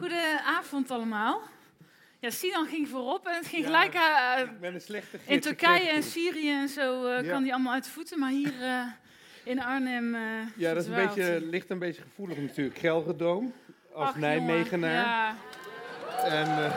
Goedenavond allemaal. Ja, Sinan ging voorop en het ging gelijk Ik ben een slechte gids. in Turkije en Syrië en zo kan die allemaal uit de voeten. Maar hier in Arnhem Ja, dat is ligt een beetje gevoelig natuurlijk. Gelredome, als Nijmegenaar. Ja. En,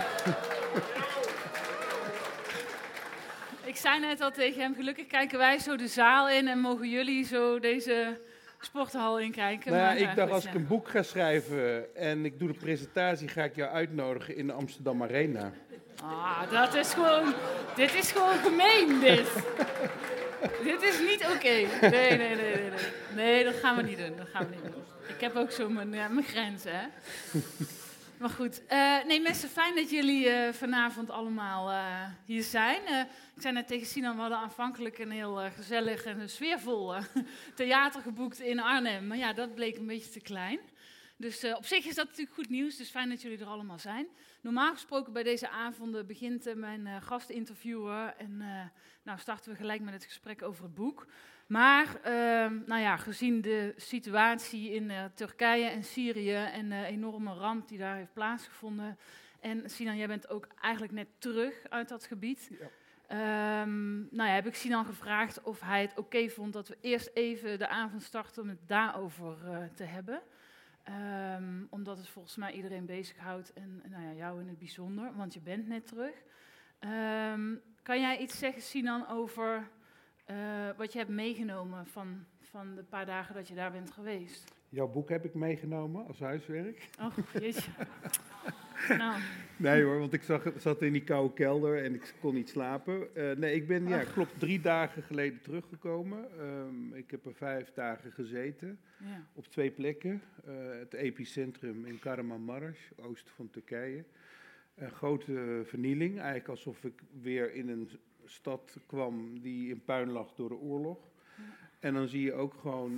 Ik zei net al tegen hem, gelukkig kijken wij zo de zaal in en mogen jullie zo deze sporthal inkijken. Nou ja, maar, ik dacht, als ik een boek ga schrijven en ik doe de presentatie, ga ik jou uitnodigen in de Amsterdam Arena. Dat is gewoon, dit is gewoon gemeen, dit. Dit is niet oké. Nee, dat gaan we niet doen. Ik heb ook zo mijn grenzen, hè. Maar goed, mensen, fijn dat jullie vanavond allemaal hier zijn. Ik zei net tegen Sinan, we hadden aanvankelijk een heel gezellig en sfeervol theater geboekt in Arnhem. Maar ja, dat bleek een beetje te klein. Dus op zich is dat natuurlijk goed nieuws, dus fijn dat jullie er allemaal zijn. Normaal gesproken bij deze avonden begint mijn gastinterviewer en nou starten we gelijk met het gesprek over het boek. Maar gezien de situatie in Turkije en Syrië en de enorme ramp die daar heeft plaatsgevonden. En Sinan, jij bent ook eigenlijk net terug uit dat gebied. Ja. Heb ik Sinan gevraagd of hij het oké vond dat we eerst even de avond starten om het daarover te hebben. Omdat het volgens mij iedereen bezighoudt en jou in het bijzonder, want je bent net terug. Kan jij iets zeggen, Sinan, over wat je hebt meegenomen van de paar dagen dat je daar bent geweest? Jouw boek heb ik meegenomen als huiswerk. Oh, jeetje. Nou. Nee hoor, want ik zat in die koude kelder en ik kon niet slapen. Ik ben, klopt, 3 dagen geleden teruggekomen. Ik heb er 5 dagen gezeten, op 2 plekken. Het epicentrum in Kahramanmaraş, oosten van Turkije. Een grote vernieling, eigenlijk alsof ik weer in een stad kwam die in puin lag door de oorlog. Ja. En dan zie je ook gewoon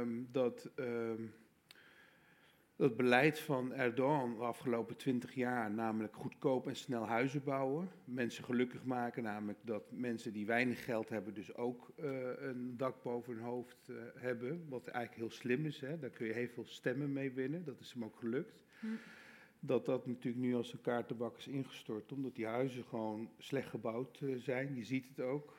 dat beleid van Erdogan de afgelopen 20 jaar, namelijk goedkoop en snel huizen bouwen, mensen gelukkig maken, namelijk dat mensen die weinig geld hebben dus ook een dak boven hun hoofd hebben, wat eigenlijk heel slim is, hè? Daar kun je heel veel stemmen mee winnen, dat is hem ook gelukt. Dat natuurlijk nu als een kaartenbak is ingestort, omdat die huizen gewoon slecht gebouwd zijn. Je ziet het ook.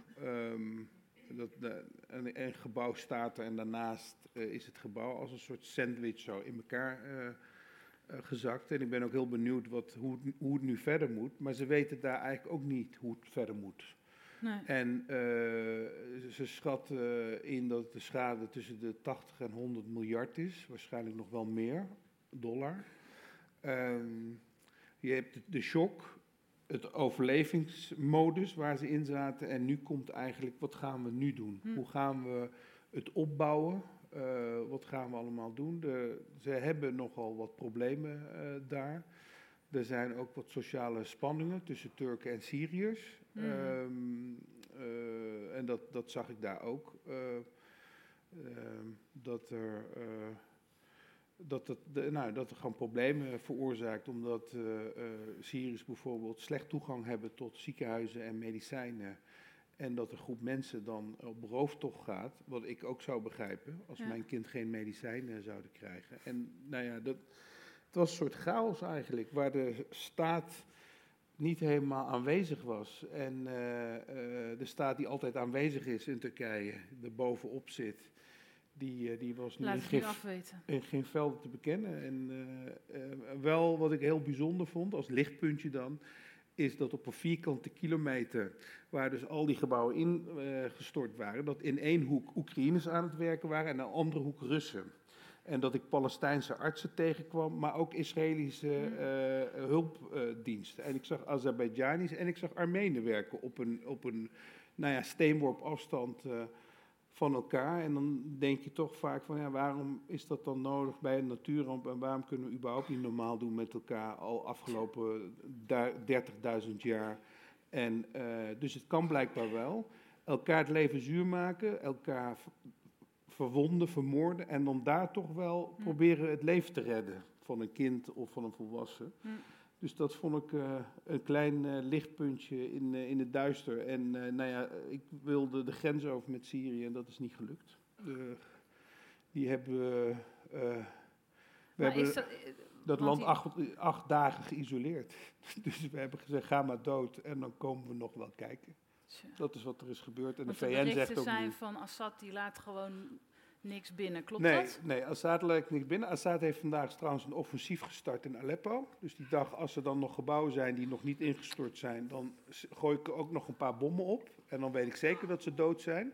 Een gebouw staat er en daarnaast is het gebouw als een soort sandwich zo in elkaar gezakt. En ik ben ook heel benieuwd hoe het nu verder moet. Maar ze weten daar eigenlijk ook niet hoe het verder moet. Nee. En ze schatten in dat de schade tussen de 80 en 100 miljard is. Waarschijnlijk nog wel meer dollar. Je hebt de shock, het overlevingsmodus waar ze in zaten. En nu komt eigenlijk, wat gaan we nu doen? Hoe gaan we het opbouwen? Wat gaan we allemaal doen? Ze hebben nogal wat problemen daar. Er zijn ook wat sociale spanningen tussen Turken en Syriërs. En dat zag ik daar ook. Dat er gewoon problemen veroorzaakt, omdat Syriërs bijvoorbeeld slecht toegang hebben tot ziekenhuizen en medicijnen. En dat een groep mensen dan op rooftocht gaat, wat ik ook zou begrijpen, als mijn kind geen medicijnen zouden krijgen. En het was een soort chaos eigenlijk, waar de staat niet helemaal aanwezig was. En de staat die altijd aanwezig is in Turkije, er bovenop zit, die was nu in geen velden te bekennen. En wel wat ik heel bijzonder vond, als lichtpuntje dan, is dat op een vierkante kilometer, waar dus al die gebouwen ingestort waren, dat in één hoek Oekraïners aan het werken waren en in een andere hoek Russen. En dat ik Palestijnse artsen tegenkwam, maar ook Israëlische hulpdiensten. En ik zag Azerbeidzjanis en ik zag Armenen werken op een steenworp afstand van elkaar. En dan denk je toch vaak van, waarom is dat dan nodig bij een natuurramp en waarom kunnen we überhaupt niet normaal doen met elkaar al afgelopen 30.000 jaar. En dus het kan blijkbaar wel. Elkaar het leven zuur maken, elkaar verwonden, vermoorden en dan daar toch wel proberen het leven te redden van een kind of van een volwassen. Dus dat vond ik een klein lichtpuntje in het duister. En ik wilde de grens over met Syrië en dat is niet gelukt. Die hebben dat Want land 8 dagen geïsoleerd. Dus we hebben gezegd, ga maar dood en dan komen we nog wel kijken. Tja. Dat is wat er is gebeurd. En Want de de VN zegt berichten ook zijn nu... van Assad, die laat gewoon niks binnen. Klopt Nee, dat? nee, Assad laat niks binnen. Assad heeft vandaag trouwens een offensief gestart in Aleppo. Dus die dag, als er dan nog gebouwen zijn die nog niet ingestort zijn, dan gooi ik er ook nog een paar bommen op. En dan weet ik zeker dat ze dood zijn.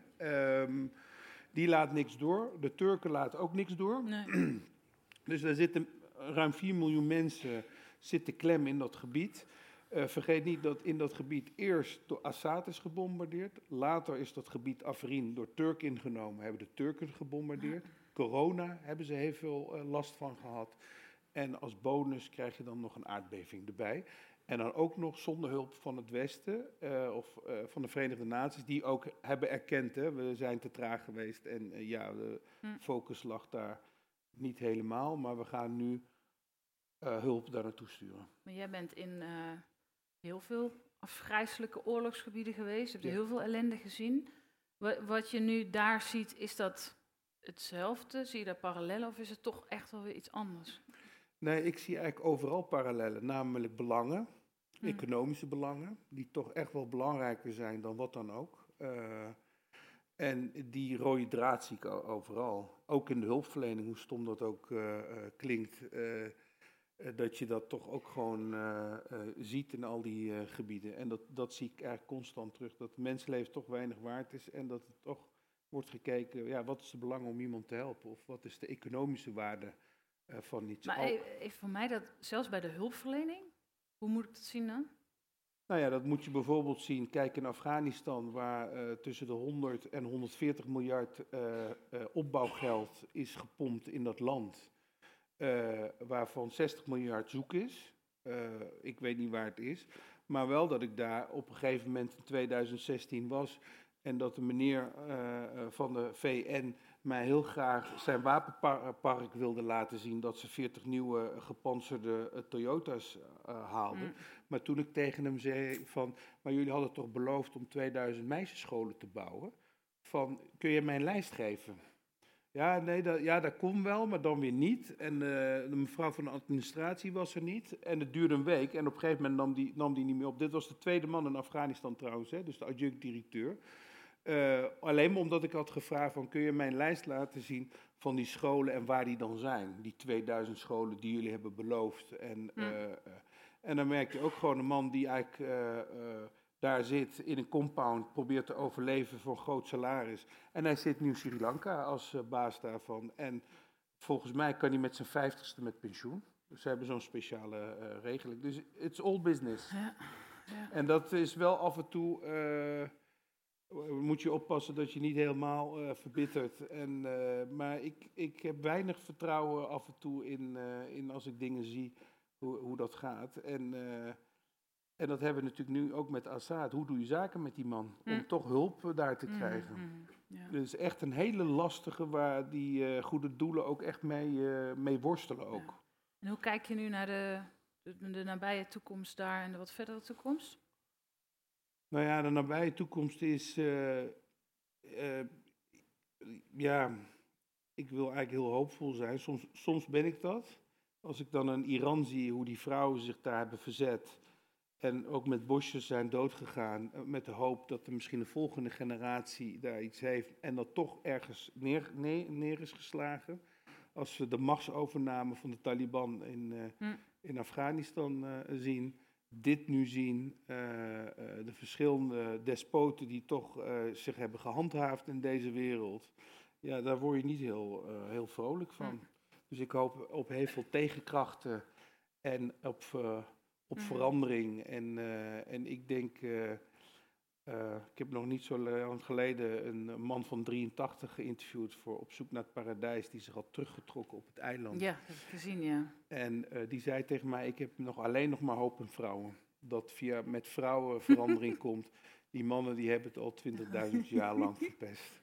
Die laat niks door. De Turken laten ook niks door. Nee. Dus daar zitten ruim 4 miljoen mensen zitten klem in dat gebied. Vergeet niet dat in dat gebied eerst door Assad is gebombardeerd. Later is dat gebied Afrin door Turken ingenomen, hebben de Turken gebombardeerd. Corona hebben ze heel veel last van gehad. En als bonus krijg je dan nog een aardbeving erbij. En dan ook nog zonder hulp van het Westen of van de Verenigde Naties, die ook hebben erkend, hè, we zijn te traag geweest en de focus lag daar niet helemaal, maar we gaan nu hulp daar naartoe sturen. Maar jij bent in heel veel afgrijselijke oorlogsgebieden geweest. Je hebt Ja. heel veel ellende gezien. Wat je nu daar ziet, is dat hetzelfde? Zie je daar parallellen of is het toch echt wel weer iets anders? Nee, ik zie eigenlijk overal parallellen, namelijk belangen, economische belangen, die toch echt wel belangrijker zijn dan wat dan ook. En die rode draad zie ik overal. Ook in de hulpverlening, hoe stom dat ook klinkt, dat je dat toch ook gewoon ziet in al die gebieden. En dat zie ik eigenlijk constant terug, dat het mensenleven toch weinig waard is en dat het toch wordt gekeken, ja, wat is het belang om iemand te helpen of wat is de economische waarde van iets. Maar even voor mij, dat zelfs bij de hulpverlening, hoe moet ik dat zien dan? Nou ja, dat moet je bijvoorbeeld zien. Kijk in Afghanistan, waar tussen de 100 en 140 miljard opbouwgeld is gepompt in dat land. Waarvan 60 miljard zoek is. Ik weet niet waar het is. Maar wel dat ik daar op een gegeven moment in 2016 was. En dat de meneer van de VN mij heel graag zijn wapenpark wilde laten zien. Dat ze 40 nieuwe gepantserde Toyota's haalden. Maar toen ik tegen hem zei van, maar jullie hadden toch beloofd om 2000 meisjesscholen te bouwen? Van, kun je mij een lijst geven? Ja, nee, dat kon wel, maar dan weer niet. En de mevrouw van de administratie was er niet. En het duurde een week en op een gegeven moment nam die niet meer op. Dit was de tweede man in Afghanistan trouwens, hè, dus de adjunct-directeur. Alleen maar omdat ik had gevraagd van, kun je mij een lijst laten zien van die scholen en waar die dan zijn? Die 2000 scholen die jullie hebben beloofd. En dan merk je ook gewoon een man die eigenlijk daar zit in een compound, probeert te overleven voor een groot salaris. En hij zit nu in Sri Lanka als baas daarvan. En volgens mij kan hij met zijn 50ste met pensioen. Dus ze hebben zo'n speciale regeling. Dus it's all business. Ja. En dat is wel af en toe... moet je oppassen dat je niet helemaal verbittert. Maar ik heb weinig vertrouwen af en toe in als ik dingen zie, hoe dat gaat. En dat hebben we natuurlijk nu ook met Assad. Hoe doe je zaken met die man? Om toch hulp daar te krijgen. Ja. Dus echt een hele lastige waar die goede doelen ook echt mee worstelen ook. Ja. En hoe kijk je nu naar de nabije toekomst daar en de wat verdere toekomst? Nou ja, de nabije toekomst is... ik wil eigenlijk heel hoopvol zijn. Soms ben ik dat. Als ik dan in Iran zie hoe die vrouwen zich daar hebben verzet... en ook met bosjes zijn doodgegaan... met de hoop dat er misschien een volgende generatie daar iets heeft... en dat toch ergens neer is geslagen. Als we de machtsovername van de Taliban in Afghanistan zien... dit nu zien, de verschillende despoten die toch zich hebben gehandhaafd in deze wereld... ja, daar word je niet heel vrolijk van. Dus ik hoop op heel veel tegenkrachten en op verandering. En ik denk, ik heb nog niet zo lang geleden een man van 83 geïnterviewd voor Op zoek naar het paradijs, die zich had teruggetrokken op het eiland. Ja, dat heb ik gezien, ja. En die zei tegen mij, ik heb alleen nog maar hoop in vrouwen. Dat met vrouwen verandering komt. Die mannen die hebben het al 20.000 jaar lang verpest.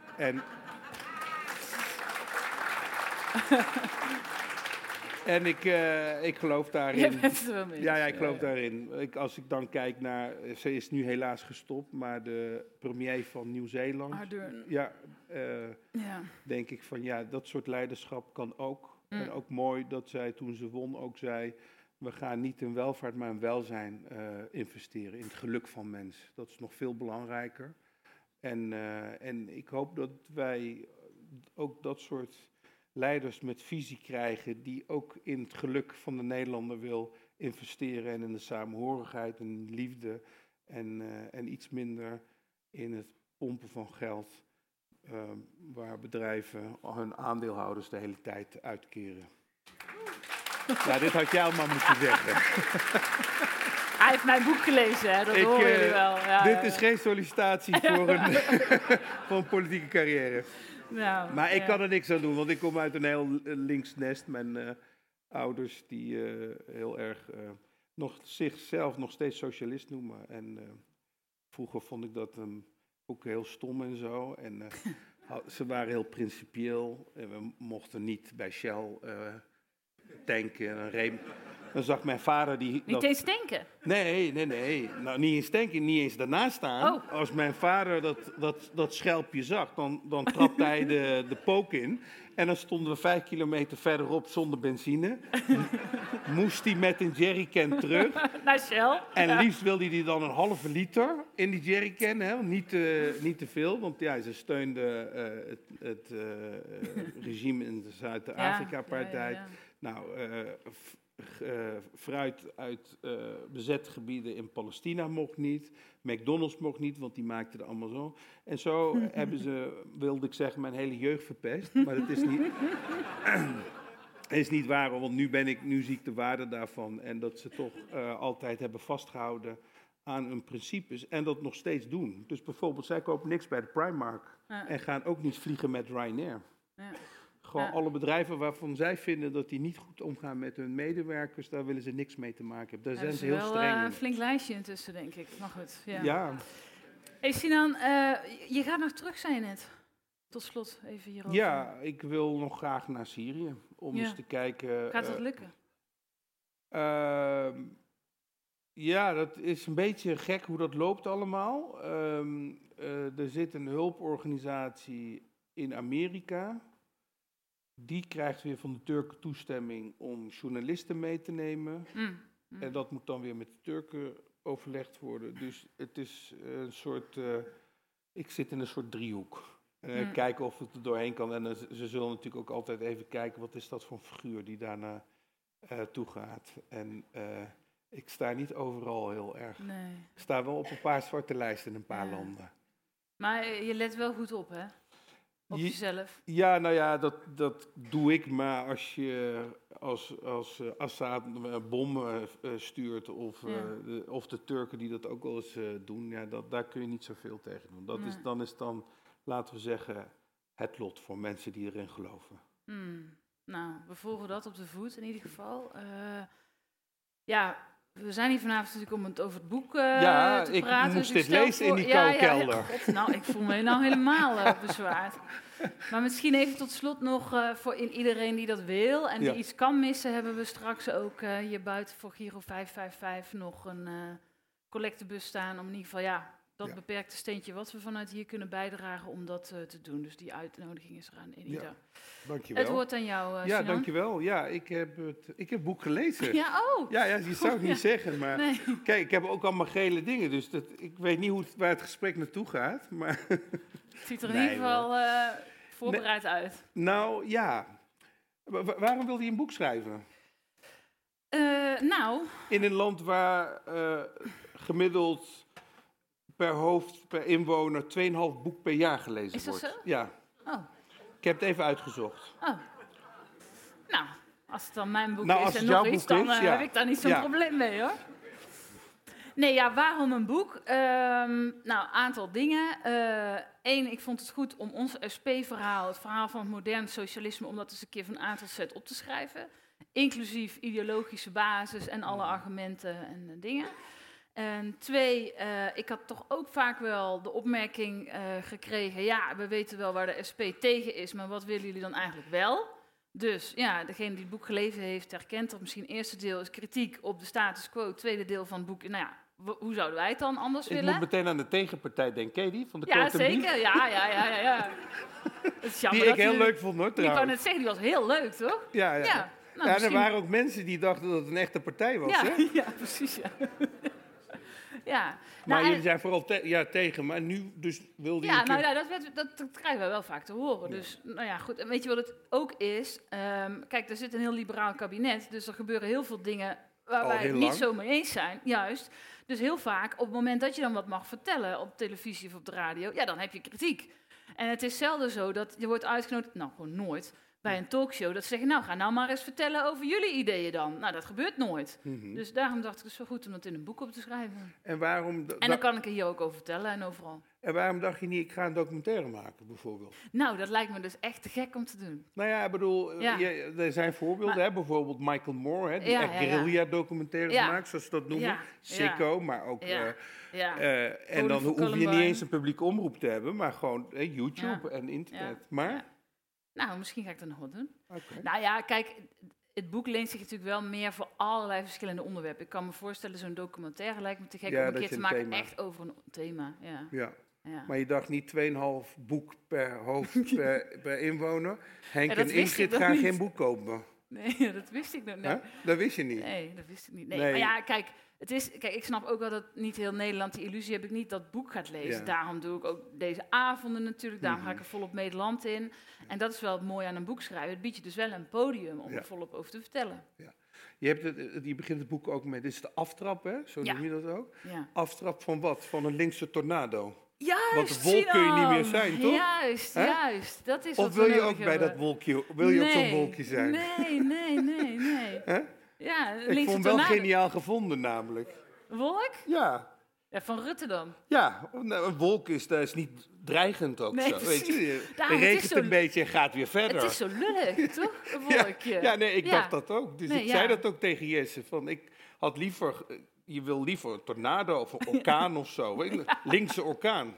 En ik geloof daarin. Je bent er wel mee. Ja, ik geloof daarin. Als ik dan kijk naar, ze is nu helaas gestopt, maar de premier van Nieuw-Zeeland. Ardern. Ja, denk ik van ja, dat soort leiderschap kan ook En ook mooi dat zij, toen ze won, ook zei... we gaan niet in welvaart, maar in welzijn investeren. In het geluk van mensen. Dat is nog veel belangrijker. En ik hoop dat wij ook dat soort leiders met visie krijgen... die ook in het geluk van de Nederlander wil investeren... en in de samenhorigheid en liefde... en iets minder in het pompen van geld... waar bedrijven hun aandeelhouders de hele tijd uitkeren. Ja, dit had jij allemaal moeten zeggen. Hij heeft mijn boek gelezen, hè? Dat horen jullie wel. Ja, dit is geen sollicitatie voor een politieke carrière. Nou, maar ik kan er niks aan doen, want ik kom uit een heel links nest. Mijn ouders die heel erg zichzelf nog steeds socialist noemen. En vroeger vond ik dat ook heel stom en zo. En ze waren heel principieel. En we mochten niet bij Shell tanken. Dan zag mijn vader die... Niet eens tanken? Nee. Nou, niet eens tanken, niet eens daarnaast staan. Oh. Als mijn vader dat schelpje zag, dan trapte hij de pook in. En dan stonden we 5 kilometer verderop zonder benzine. Moest hij met een jerrycan terug. Naar Shell. En liefst wilde hij dan een halve liter in die jerrycan. Hè? Niet te veel, want ja, ze steunde het regime in de Zuid-Afrika-apartheid. Ja. Nou, fruit uit bezette gebieden in Palestina mocht niet. McDonald's mocht niet, want die maakten er allemaal zo. En zo hebben ze, wilde ik zeggen, mijn hele jeugd verpest. Maar dat is niet... is niet waar, want nu zie ik de waarde daarvan. En dat ze toch altijd hebben vastgehouden aan hun principes. En dat nog steeds doen. Dus bijvoorbeeld, zij kopen niks bij de Primark. Ja. En gaan ook niet vliegen met Ryanair. Ja. Gewoon alle bedrijven waarvan zij vinden dat die niet goed omgaan met hun medewerkers, daar willen ze niks mee te maken hebben. Daar zijn ze heel streng in. Een flink lijstje intussen, denk ik. Maar goed, ja. Hey Sinan, je gaat nog terug, zei je net. Tot slot even hierover. Ja, ik wil nog graag naar Syrië. Om eens te kijken... Gaat dat lukken? Ja, dat is een beetje gek hoe dat loopt allemaal. Er zit een hulporganisatie in Amerika. Die krijgt weer van de Turken toestemming om journalisten mee te nemen. En dat moet dan weer met de Turken overlegd worden. Dus het is een soort... ik zit in een soort driehoek. Kijken of het er doorheen kan. En ze zullen natuurlijk ook altijd even kijken... wat is dat voor een figuur die daarna toe gaat. En ik sta niet overal heel erg. Nee. Ik sta wel op een paar zwarte lijsten in een paar landen. Maar je let wel goed op, hè? Op jezelf. Ja, nou ja, dat doe ik. Maar als je als Assad een bom stuurt... of de Turken die dat ook wel eens doen... Ja, daar kun je niet zoveel tegen doen. Dan is dan, laten we zeggen, het lot voor mensen die erin geloven. Nou, we volgen dat op de voet in ieder geval. We zijn hier vanavond natuurlijk om het over het boek te praten. Ja, ik moest dit lezen in die koude kelder. Nou, ik voel me nou helemaal bezwaard. Maar misschien even tot slot nog voor iedereen die dat wil en die iets kan missen, hebben we straks ook hier buiten voor Giro 555 nog een collectebus staan. Om in ieder geval, dat beperkte steentje wat we vanuit hier kunnen bijdragen om dat te doen. Dus die uitnodiging is eraan in ieder. Dankjewel. Het woord aan jou, Sinan. Ja, dankjewel. Ja, ik heb het boek gelezen. Ja, oh. Ja, je zou het niet zeggen, maar nee. Kijk, ik heb ook allemaal gele dingen, dus ik weet niet waar het gesprek naartoe gaat. Maar het ziet er in ieder geval voorbereid uit. Nou, ja. Waarom wilde je een boek schrijven? In een land waar gemiddeld per inwoner 2,5 boek per jaar gelezen wordt. Is dat zo? Ja. Oh. Ik heb het even uitgezocht. Oh. Nou, als het dan mijn boek is en nog iets, dan heb ik daar niet zo'n probleem mee, hoor. Nee, waarom een boek? Aantal dingen. Eén, ik vond het goed om ons SP-verhaal, het verhaal van het moderne socialisme, om dat eens een keer van A tot Z op te schrijven. Inclusief ideologische basis en alle argumenten en dingen. En 2, ik had toch ook vaak wel de opmerking gekregen... we weten wel waar de SP tegen is, maar wat willen jullie dan eigenlijk wel? Dus degene die het boek gelezen heeft herkent dat misschien het eerste deel is kritiek op de status quo. Het tweede deel van het boek, hoe zouden wij het dan anders Ik willen? moet meteen aan de tegenpartij denken. Ken je die? Van de Ja, Korte Bie? zeker. Ja. Het is jammer Die ik dat heel u- leuk vond, hoor, Ik kan trouwens. het zeggen, die was heel leuk, toch? Ja. Nou, Ja, er misschien- waren ook mensen die dachten dat het een echte partij was, hè? ja, precies, ja. Ja, Maar en- jullie zijn vooral tegen, maar nu dus wilde je... Ja, een keer- nou ja, dat krijgen we wel vaak te horen. Dus, nou ja, goed. En weet je wat het ook is? Kijk, er zit een heel liberaal kabinet, dus er gebeuren heel veel dingen waar Al wij heel het niet lang. zo mee eens zijn. Juist. Dus heel vaak, op het moment dat je dan wat mag vertellen op televisie of op de radio, ja, dan heb je kritiek. En het is zelden zo dat je wordt uitgenodigd, nou, gewoon nooit, bij een talkshow, dat ze zeggen, nou, ga nou maar eens vertellen over jullie ideeën dan. Nou, dat gebeurt nooit. Mhm. Dus daarom dacht ik, het is zo goed om dat in een boek op te schrijven. En waarom, En dan kan ik er hier ook over vertellen en overal. en waarom dacht je niet, ik ga een documentaire maken, bijvoorbeeld? Nou, dat lijkt me dus echt te gek om te doen. Nou ja, ik bedoel, Ja. er zijn voorbeelden, Maar- hè? Bijvoorbeeld Michael Moore, hè, die Ja, echt ja, ja. guerrilla-documentaires Ja. maakt, zoals ze dat noemen. Ja, Sicko, maar ook... Ja. Ja. en dan voor hoef je niet Columbine. eens een publieke omroep te hebben, maar gewoon YouTube en internet. Ja. Maar, Ja. Nou, misschien ga ik dat nog wat doen. oké. Nou ja, kijk, het boek leent zich natuurlijk wel meer voor allerlei verschillende onderwerpen. Ik kan me voorstellen, zo'n documentaire lijkt me te gek Ja, om een dat keer je te een maken thema- echt over een thema. Ja. Ja. Ja. Maar je dacht niet 2,5 boek per hoofd per inwoner. Henk Ja, dat en wist ik Ingrid nog gaan niet. geen boek kopen. Nee, dat wist ik nog niet. Hè? Dat wist je niet. Nee, dat wist ik niet. Nee, Nee. Maar ja, kijk, ik snap ook wel dat niet heel Nederland, die illusie heb ik niet, dat boek gaat lezen. Ja. Daarom doe ik ook deze avonden natuurlijk, daarom Mhm. ga ik er volop Nederland in. En dat is wel het mooie aan een boek schrijven. Het biedt je dus wel een podium om Ja. er volop over te vertellen. Je begint het boek ook met, dit is de aftrap, hè? Zo Ja. noem je dat ook. Ja. Aftrap van wat? Van een linkse tornado. Juist, Want de wolk kun je niet meer Sinan. zijn, toch? Juist, Hè? juist. Dat is Of wat wil we je nodig ook bij hebben. dat wolkje, wil je op zo'n wolkje zijn? Nee. Hè? Ja, Ik linkse vond hem wel tornado. geniaal gevonden, namelijk. Wolk? Ja. Ja, van Rutte dan. Ja, nou, een wolk is niet dreigend ook Nee, zo. Weet je, je Daarom, het is regent zo- een beetje en gaat weer verder. Het is zo lullig, toch? Een Ja, wolkje. ja, nee, ik Ja. dacht dat ook. Dus Nee, ik ja. zei dat ook tegen Jesse. Van, ik had liever, je wil liever een tornado of een orkaan of zo. Weet je, linkse orkaan.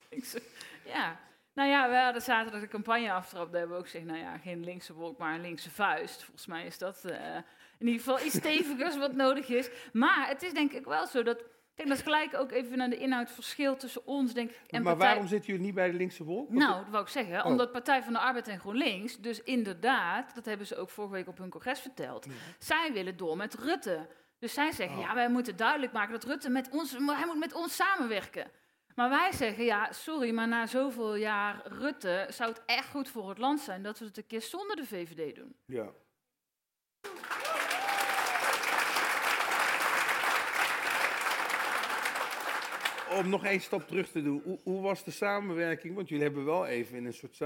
Ja. Nou ja, we hadden zaterdag de campagne aftrap. Daar hebben we ook gezegd, nou ja, geen linkse wolk, maar een linkse vuist. Volgens mij is dat in ieder geval iets stevigers wat nodig is. Maar het is denk ik wel zo dat... Kijk, dat is gelijk ook even naar de inhoud verschil tussen ons, denk ik, en Maar partij... waarom zitten jullie niet bij de linkse wolk? Want Nou, dat wou ik zeggen. Oh. Omdat Partij van de Arbeid en GroenLinks, dus inderdaad, dat hebben ze ook vorige week op hun congres verteld, zij willen door met Rutte. Dus zij zeggen, ja, wij moeten duidelijk maken dat Rutte hij moet met ons samenwerken. Maar wij zeggen, ja, sorry, maar na zoveel jaar Rutte zou het echt goed voor het land zijn dat we het een keer zonder de VVD doen. Ja. Om nog één stap terug te doen, hoe was de samenwerking? Want jullie hebben wel even in een soort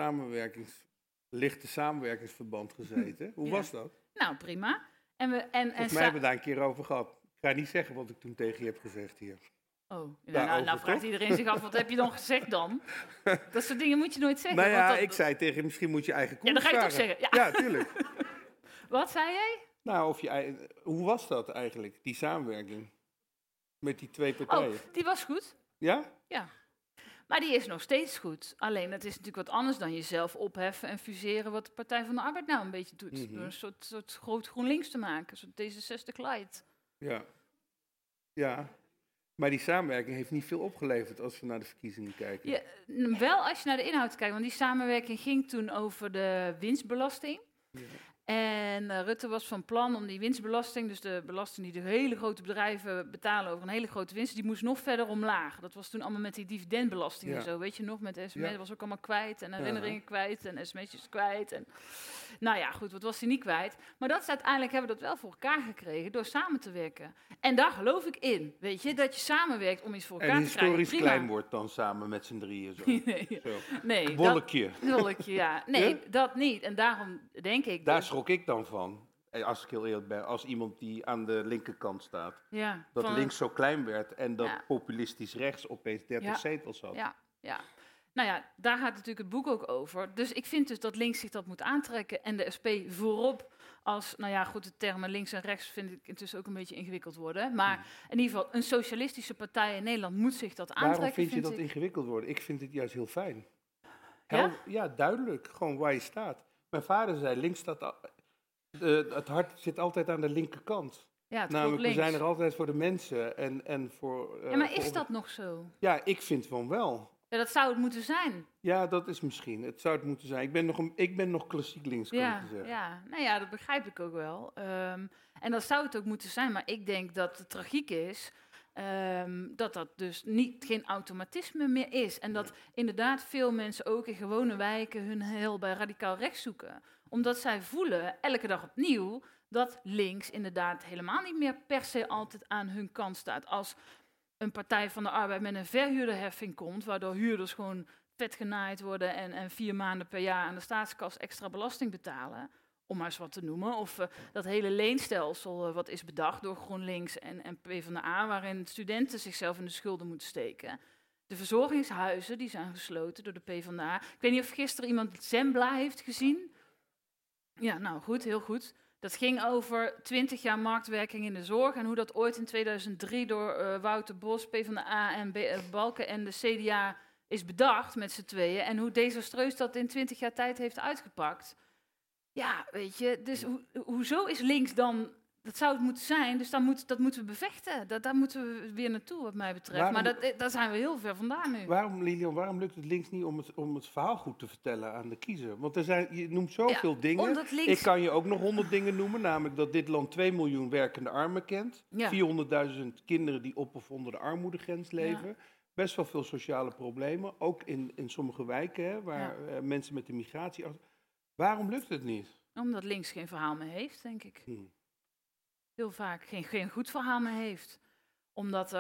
lichte samenwerkingsverband gezeten. Hoe Ja. was dat? Nou, prima. Volgens mij hebben we daar een keer over gehad. Ik ga niet zeggen wat ik toen tegen je heb gezegd hier. Oh, Daarover, nou vraagt toch? iedereen zich af, wat heb je dan gezegd dan? Dat soort dingen moet je nooit zeggen. Nou ja, want dat- ik zei tegen je, misschien moet je eigen Ja, koers dan ga je toch varen. zeggen. Ja. Ja, tuurlijk. Wat zei jij? Nou, hoe was dat eigenlijk, die samenwerking? Met die twee partijen? Oh, die was goed. Ja? Ja. Maar die is nog steeds goed. Alleen, het is natuurlijk wat anders dan jezelf opheffen en fuseren wat de Partij van de Arbeid nou een beetje doet. Mhm. Door een soort groot GroenLinks te maken, een soort D66 light. Ja. Ja. Maar die samenwerking heeft niet veel opgeleverd als we naar de verkiezingen kijken. Ja, wel als je naar de inhoud kijkt, want die samenwerking ging toen over de winstbelasting. Ja. En Rutte was van plan om die winstbelasting, dus de belasting die de hele grote bedrijven betalen over een hele grote winst, die moest nog verder omlaag. Dat was toen allemaal met die dividendbelasting Ja. en zo, weet je nog, met sms, Ja. dat was ook allemaal kwijt en herinneringen kwijt en sms'jes kwijt. En nou ja, goed, wat was hij niet kwijt? Maar dat is uiteindelijk, hebben we dat wel voor elkaar gekregen door samen te werken. En daar geloof ik in, weet je, dat je samenwerkt om iets voor elkaar En te krijgen. historisch Prima. klein wordt dan samen met z'n drieën zo. Nee, Zo. nee, Wolkje. wolkje, ja. Nee, Ja? dat niet. En daarom denk ik... Daar dus- schrok ik dan van. Als ik heel eerlijk ben, als iemand die aan de linkerkant staat. ja, Dat van- links zo klein werd en dat Ja. populistisch rechts opeens 30 Ja. zetels had. Ja. Nou ja, daar gaat natuurlijk het boek ook over. Dus ik vind dus dat links zich dat moet aantrekken en de SP voorop als, nou ja, goed, de termen links en rechts vind ik intussen ook een beetje ingewikkeld worden. Maar in ieder geval, een socialistische partij in Nederland moet zich dat aantrekken, Waarom vind je dat ik. ingewikkeld worden? Ik vind het juist heel fijn. Ja? Ja, duidelijk. Gewoon waar je staat. Mijn vader zei, links staat... het hart zit altijd aan de linkerkant. Ja, het Namelijk, klopt we links. zijn er altijd voor de mensen en voor... Ja, maar voor is dat nog zo? Ja, ik vind van wel. Ja, dat zou het moeten zijn. Ja, dat is misschien. Het zou het moeten zijn. Ik ben nog klassiek links, kan ik Ja, je zeggen. ja. Nou ja, dat begrijp ik ook wel. En dat zou het ook moeten zijn, maar ik denk dat de tragiek is dat dat dus geen automatisme meer is. En dat inderdaad veel mensen ook in gewone wijken hun heil bij radicaal rechts zoeken. Omdat zij voelen, elke dag opnieuw, dat links inderdaad helemaal niet meer per se altijd aan hun kant staat. Als een Partij van de Arbeid met een verhuurderheffing komt, waardoor huurders gewoon vet genaaid worden en 4 maanden per jaar aan de staatskas extra belasting betalen, om maar eens wat te noemen. Of dat hele leenstelsel wat is bedacht door GroenLinks en PvdA, waarin studenten zichzelf in de schulden moeten steken. De verzorgingshuizen die zijn gesloten door de PvdA. Ik weet niet of gisteren iemand Zembla heeft gezien. Ja, nou goed, heel goed. Dat ging over 20 jaar marktwerking in de zorg en hoe dat ooit in 2003 door Wouter Bos, PvdA en Balken en de CDA is bedacht met z'n tweeën. En hoe desastreus dat in 20 jaar tijd heeft uitgepakt. Ja, weet je, dus hoezo is links dan... Dat zou het moeten zijn, dus dat moeten we bevechten. Daar moeten we weer naartoe, wat mij betreft. Maar daar zijn we heel ver vandaan nu. Lilian, waarom lukt het links niet om het verhaal goed te vertellen aan de kiezer? Want je noemt zoveel dingen. Ik kan je ook nog 100 dingen noemen. Namelijk dat dit land 2 miljoen werkende armen kent. Ja. 400.000 kinderen die op of onder de armoedegrens leven. Ja. Best wel veel sociale problemen. Ook in sommige wijken, hè, waar mensen met de migratie... Waarom lukt het niet? Omdat links geen verhaal meer heeft, denk ik. Heel vaak geen goed verhaal meer heeft. Omdat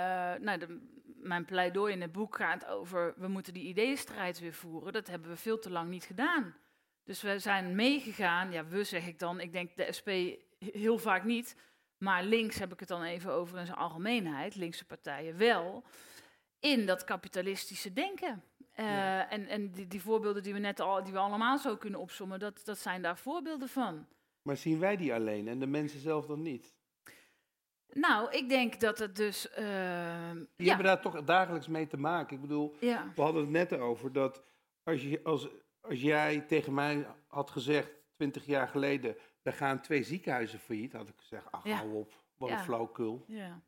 mijn pleidooi in het boek gaat over... we moeten die ideeënstrijd weer voeren. Dat hebben we veel te lang niet gedaan. Dus we zijn meegegaan. Ja, we zeg ik dan. Ik denk de SP heel vaak niet. Maar links heb ik het dan even over in zijn algemeenheid. Linkse partijen wel. In dat kapitalistische denken. En die voorbeelden die we allemaal zo kunnen opsommen... dat zijn daar voorbeelden van. Maar zien wij die alleen en de mensen zelf dan niet? Nou, ik denk dat het dus... Die hebben daar toch dagelijks mee te maken. Ik bedoel, we hadden het net over dat als jij tegen mij had gezegd 20 jaar geleden... er gaan 2 ziekenhuizen failliet, had ik gezegd, hou op, wat een flauwkul.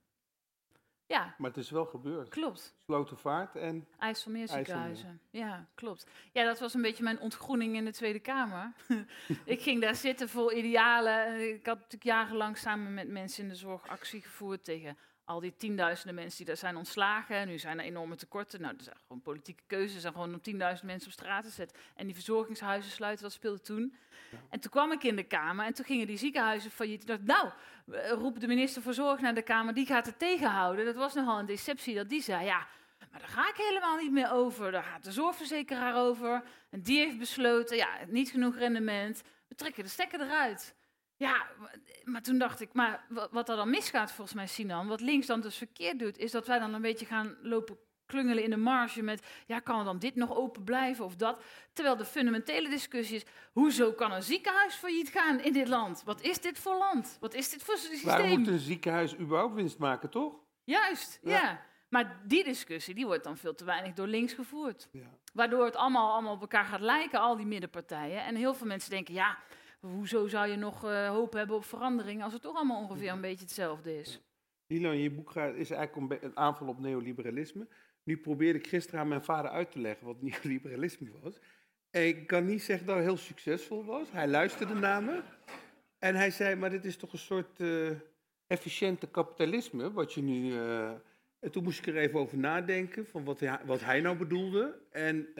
Ja. Maar het is wel gebeurd. Klopt. Slotervaart en IJsselmeer ziekenhuizen. Ja, klopt. Ja, dat was een beetje mijn ontgroening in de Tweede Kamer. Ik ging daar zitten vol idealen. Ik had natuurlijk jarenlang samen met mensen in de zorg actie gevoerd tegen al die tienduizenden mensen die daar zijn ontslagen. Nu zijn er enorme tekorten. Nou, dat zijn gewoon politieke keuzes. En gewoon om 10.000 mensen op straat te zetten. En die verzorgingshuizen sluiten, dat speelde toen. Ja. En toen kwam ik in de Kamer en toen gingen die ziekenhuizen failliet. Ik dacht, nou, roep de minister voor Zorg naar de Kamer, die gaat het tegenhouden. Dat was nogal een deceptie dat die zei, ja, maar daar ga ik helemaal niet meer over. Daar gaat de zorgverzekeraar over. En die heeft besloten, ja, niet genoeg rendement. We trekken de stekker eruit. Ja, maar toen dacht ik, maar wat er dan misgaat volgens mij, Sinan, wat links dan dus verkeerd doet, is dat wij dan een beetje gaan lopen klungelen in de marge met, ja, kan er dan dit nog open blijven of dat? Terwijl de fundamentele discussie is, hoezo kan een ziekenhuis failliet gaan in dit land? Wat is dit voor land? Wat is dit voor systeem? Waarom moet een ziekenhuis überhaupt winst maken, toch? Juist, ja. Maar die discussie, die wordt dan veel te weinig door links gevoerd. Ja. Waardoor het allemaal op elkaar gaat lijken, al die middenpartijen. En heel veel mensen denken, ja, hoezo zou je nog hoop hebben op verandering als het toch allemaal ongeveer een beetje hetzelfde is? Lilian, je boek is eigenlijk een aanval op neoliberalisme. Nu probeerde ik gisteren aan mijn vader uit te leggen wat neoliberalisme was. En ik kan niet zeggen dat hij heel succesvol was. Hij luisterde naar me. En hij zei, maar dit is toch een soort efficiënte kapitalisme, wat je nu... En toen moest ik er even over nadenken, van wat hij nou bedoelde. En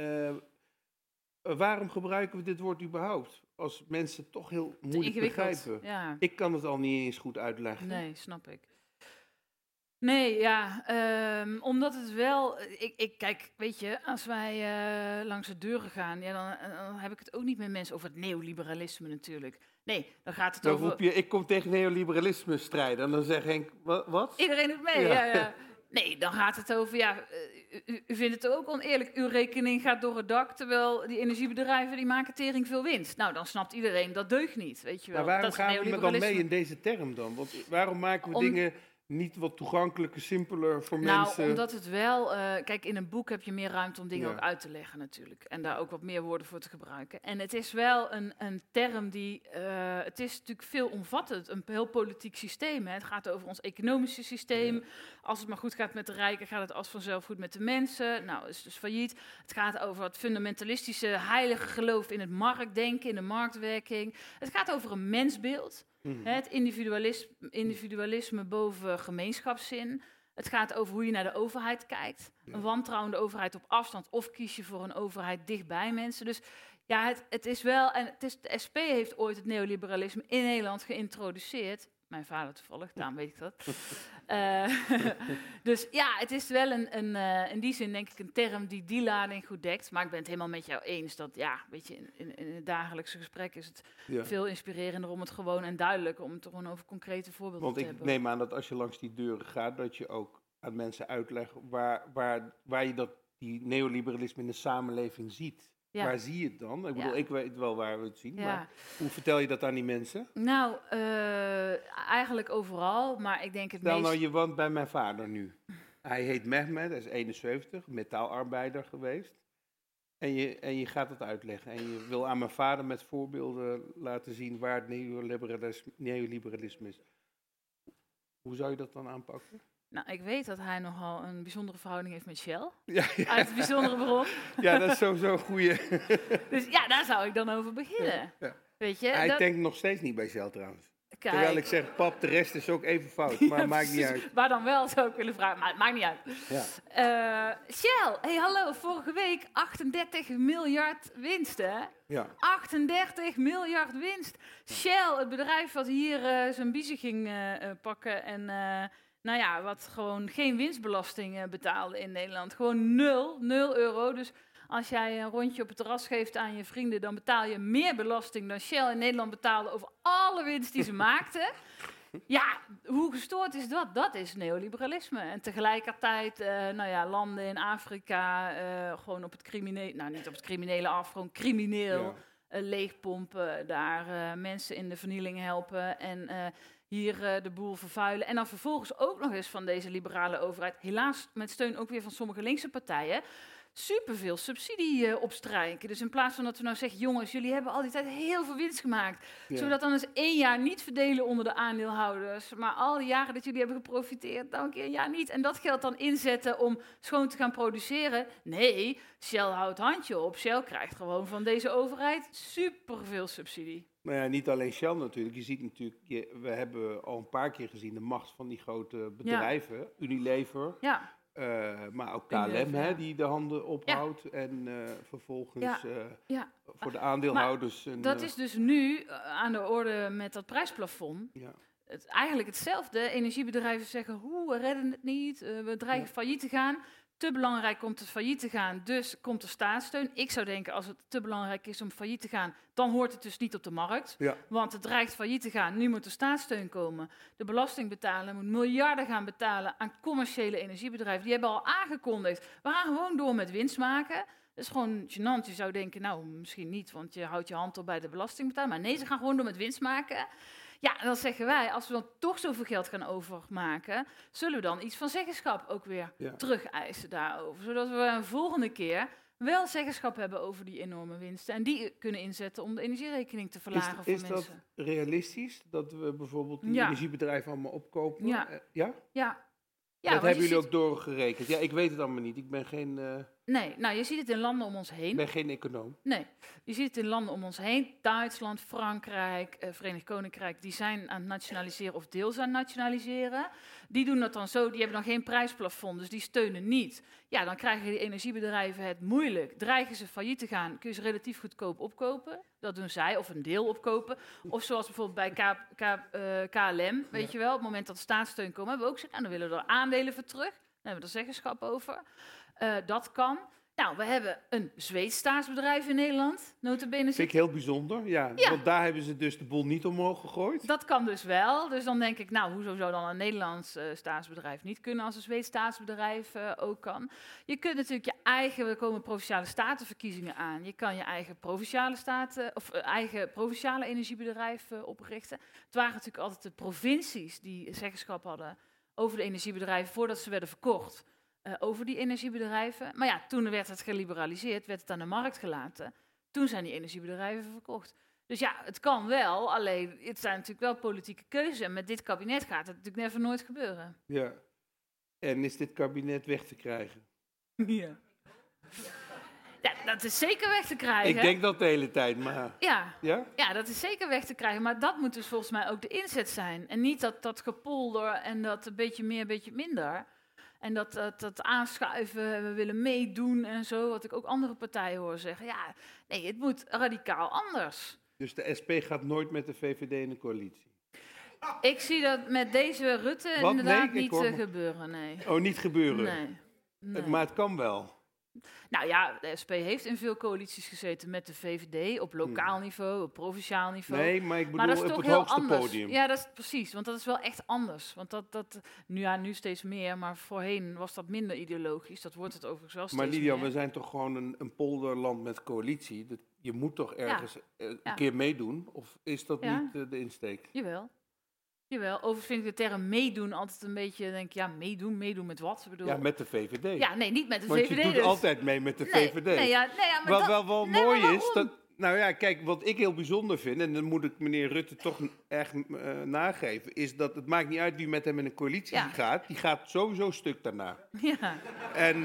waarom gebruiken we dit woord überhaupt? Als mensen toch heel moeilijk begrijpen. Ja. Ik kan het al niet eens goed uitleggen. Nee, snap ik. Nee, ja, omdat het wel... Kijk, weet je, als wij langs de deuren gaan, ja, dan heb ik het ook niet met mensen over het neoliberalisme natuurlijk. Nee, dan gaat het over... Dan roep je, ik kom tegen neoliberalisme strijden. En dan zeg Henk, wat? Iedereen doet mee, ja. Nee, dan gaat het over, ja, u vindt het ook oneerlijk. Uw rekening gaat door het dak, terwijl die energiebedrijven die maken tering veel winst. Nou, dan snapt iedereen, dat deugt niet, weet je wel. Maar waarom gaan we dan mee in deze term dan? Want waarom maken we dingen niet wat toegankelijker, simpeler voor Nou, mensen? omdat het wel... kijk, in een boek heb je meer ruimte om dingen Ja. ook uit te leggen natuurlijk. En daar ook wat meer woorden voor te gebruiken. En het is wel een term die... het is natuurlijk veelomvattend. Een heel politiek systeem. Hè. Het gaat over ons economische systeem. Ja. Als het maar goed gaat met de rijken, gaat het als vanzelf goed met de mensen. Nou, is het dus failliet. Het gaat over het fundamentalistische, heilige geloof in het marktdenken, in de marktwerking. Het gaat over een mensbeeld. Het individualisme boven gemeenschapszin. Het gaat over hoe je naar de overheid kijkt. Ja. Een wantrouwende overheid op afstand of kies je voor een overheid dichtbij mensen. Dus ja, het is wel... En de SP heeft ooit het neoliberalisme in Nederland geïntroduceerd. Mijn vader toevallig, daarom weet ik dat. Dus ja, het is wel in die zin denk ik een term die lading goed dekt. Maar ik ben het helemaal met jou eens dat, ja, weet je, in het dagelijkse gesprek is het veel inspirerender om het gewoon en duidelijker om het gewoon over concrete voorbeelden te hebben. Want ik neem aan dat als je langs die deuren gaat, dat je ook aan mensen uitlegt waar je die neoliberalisme in de samenleving ziet. Ja. Waar zie je het dan? Ik bedoel, ik weet wel waar we het zien, Ja. maar hoe vertel je dat aan die mensen? Nou, eigenlijk overal, maar ik denk het Stel meest... nou, je woont bij mijn vader nu. Hij heet Mehmet, hij is 71, metaalarbeider geweest. En je gaat het uitleggen. En je wil aan mijn vader met voorbeelden laten zien waar het neoliberalisme is. Hoe zou je dat dan aanpakken? Nou, ik weet dat hij nogal een bijzondere verhouding heeft met Shell. Ja, Uit een bijzondere bron. ja, dat is sowieso een goeie. Dus ja, daar zou ik dan over beginnen. Ja. Weet je? Hij denkt nog steeds niet bij Shell trouwens. Kijk. Terwijl ik zeg, pap, de rest is ook even fout. Maar Ja, maakt niet precies. uit. Waar dan wel, zou ik willen vragen. Maar het maakt niet uit. Ja. Shell, hey hallo, vorige week 38 miljard winst, hè? Ja. 38 miljard winst. Shell, het bedrijf wat hier zijn biezen ging pakken en nou ja, wat gewoon geen winstbelasting betaalde in Nederland. Gewoon 0 euro. Dus als jij een rondje op het terras geeft aan je vrienden, dan betaal je meer belasting dan Shell in Nederland betaalde over alle winst die ze maakten. Ja, hoe gestoord is dat? Dat is neoliberalisme. En tegelijkertijd, nou ja, landen in Afrika gewoon op het criminele, nou niet op het criminele af, gewoon crimineel leegpompen, daar mensen in de vernieling helpen en hier de boel vervuilen. En dan vervolgens ook nog eens van deze liberale overheid, helaas met steun ook weer van sommige linkse partijen, superveel subsidie opstrijken. Dus in plaats van dat we nou zeggen, jongens, jullie hebben al die tijd heel veel winst gemaakt. Ja. Zullen we dat dan eens 1 jaar niet verdelen onder de aandeelhouders? Maar al die jaren dat jullie hebben geprofiteerd, dan een keer een jaar niet. En dat geld dan inzetten om schoon te gaan produceren? Nee, Shell houdt handje op. Shell krijgt gewoon van deze overheid superveel subsidie. Nou ja, niet alleen Shell natuurlijk. Je ziet natuurlijk, we hebben al een paar keer gezien de macht van die grote bedrijven. Unilever. Ja. Maar ook KLM, hè, die de handen ophoudt en vervolgens voor de aandeelhouders... Dat is dus nu aan de orde met dat prijsplafond. Ja. Eigenlijk hetzelfde. Energiebedrijven zeggen, we redden het niet, we dreigen failliet te gaan. Te belangrijk om failliet te gaan, dus komt er staatssteun. Ik zou denken, als het te belangrijk is om failliet te gaan, dan hoort het dus niet op de markt. Ja. Want het dreigt failliet te gaan, nu moet er staatssteun komen. De belastingbetaler moet miljarden gaan betalen aan commerciële energiebedrijven. Die hebben al aangekondigd, we gaan gewoon door met winst maken. Dat is gewoon gênant. Je zou denken, nou, misschien niet, want je houdt je hand op bij de belastingbetaler. Maar nee, ze gaan gewoon door met winst maken. Ja, en dan zeggen wij, als we dan toch zoveel geld gaan overmaken, zullen we dan iets van zeggenschap ook weer terugeisen daarover. Zodat we een volgende keer wel zeggenschap hebben over die enorme winsten. En die kunnen inzetten om de energierekening te verlagen voor mensen. Is dat realistisch, dat we bijvoorbeeld die energiebedrijven allemaal opkopen? Ja. Dat hebben jullie ook doorgerekend? Ja, ik weet het allemaal niet. Ik ben geen... Nee, nou je ziet het in landen om ons heen. Ik ben geen econoom. Nee, je ziet het in landen om ons heen. Duitsland, Frankrijk, Verenigd Koninkrijk, die zijn aan het nationaliseren of deels aan het nationaliseren. Die doen dat dan zo, die hebben dan geen prijsplafond, dus die steunen niet. Ja, dan krijgen die energiebedrijven het moeilijk. Dreigen ze failliet te gaan, kun je ze relatief goedkoop opkopen. Dat doen zij, of een deel opkopen. Of zoals bijvoorbeeld bij KLM, weet je wel, op het moment dat staatssteun komt, hebben we ook gezegd, nou, dan willen we er aandelen voor terug. Dan hebben we er zeggenschap over. Dat kan. Nou, we hebben een Zweeds staatsbedrijf in Nederland, nota bene. Vind ik heel bijzonder, ja. Want daar hebben ze dus de boel niet omhoog gegooid. Dat kan dus wel. Dus dan denk ik, nou, hoezo zou dan een Nederlands staatsbedrijf niet kunnen als een Zweeds staatsbedrijf ook kan? Je kunt natuurlijk je eigen, er komen provinciale statenverkiezingen aan. Je kan je eigen provinciale staten of eigen provinciale energiebedrijf oprichten. Het waren natuurlijk altijd de provincies die zeggenschap hadden over de energiebedrijven voordat ze werden verkocht. Over die energiebedrijven. Maar ja, toen werd het geliberaliseerd, werd het aan de markt gelaten. Toen zijn die energiebedrijven verkocht. Dus ja, het kan wel, alleen het zijn natuurlijk wel politieke keuzes. En met dit kabinet gaat het natuurlijk never nooit gebeuren. Ja. En is dit kabinet weg te krijgen? Ja. Ja, dat is zeker weg te krijgen. Ik denk dat de hele tijd, maar... Ja. Ja? Ja, dat is zeker weg te krijgen. Maar dat moet dus volgens mij ook de inzet zijn. En niet dat gepolder en dat een beetje meer, een beetje minder. En dat aanschuiven, we willen meedoen en zo. Wat ik ook andere partijen hoor zeggen. Ja, nee, het moet radicaal anders. Dus de SP gaat nooit met de VVD in de coalitie? Ik zie dat met deze Rutte Wat? inderdaad Nee, niet gebeuren, nee. Oh, niet gebeuren? Nee. Maar het kan wel. Nou ja, de SP heeft in veel coalities gezeten met de VVD, op lokaal niveau, op provinciaal niveau. Nee, maar ik bedoel dat is op toch het heel hoogste anders. podium. Ja, dat is precies, want dat is wel echt anders. Want nu steeds meer, maar voorheen was dat minder ideologisch. Dat wordt het overigens wel steeds Maar Lilian, meer. we zijn toch gewoon een polderland met coalitie? Je moet toch ergens een keer meedoen? Of is dat niet de insteek? Jawel. Overigens vind ik de term meedoen altijd een beetje, denk ik, ja, meedoen met wat? Ik bedoel, Ja, met de VVD. Ja, nee, niet met de Want VVD. je doet dus. altijd mee met de VVD. Maar Wat wel nee, mooi maar is, nou ja, kijk, wat ik heel bijzonder vind, en dan moet ik meneer Rutte toch echt nageven, is dat het maakt niet uit wie met hem in een coalitie gaat, die gaat sowieso stuk daarna. Ja. En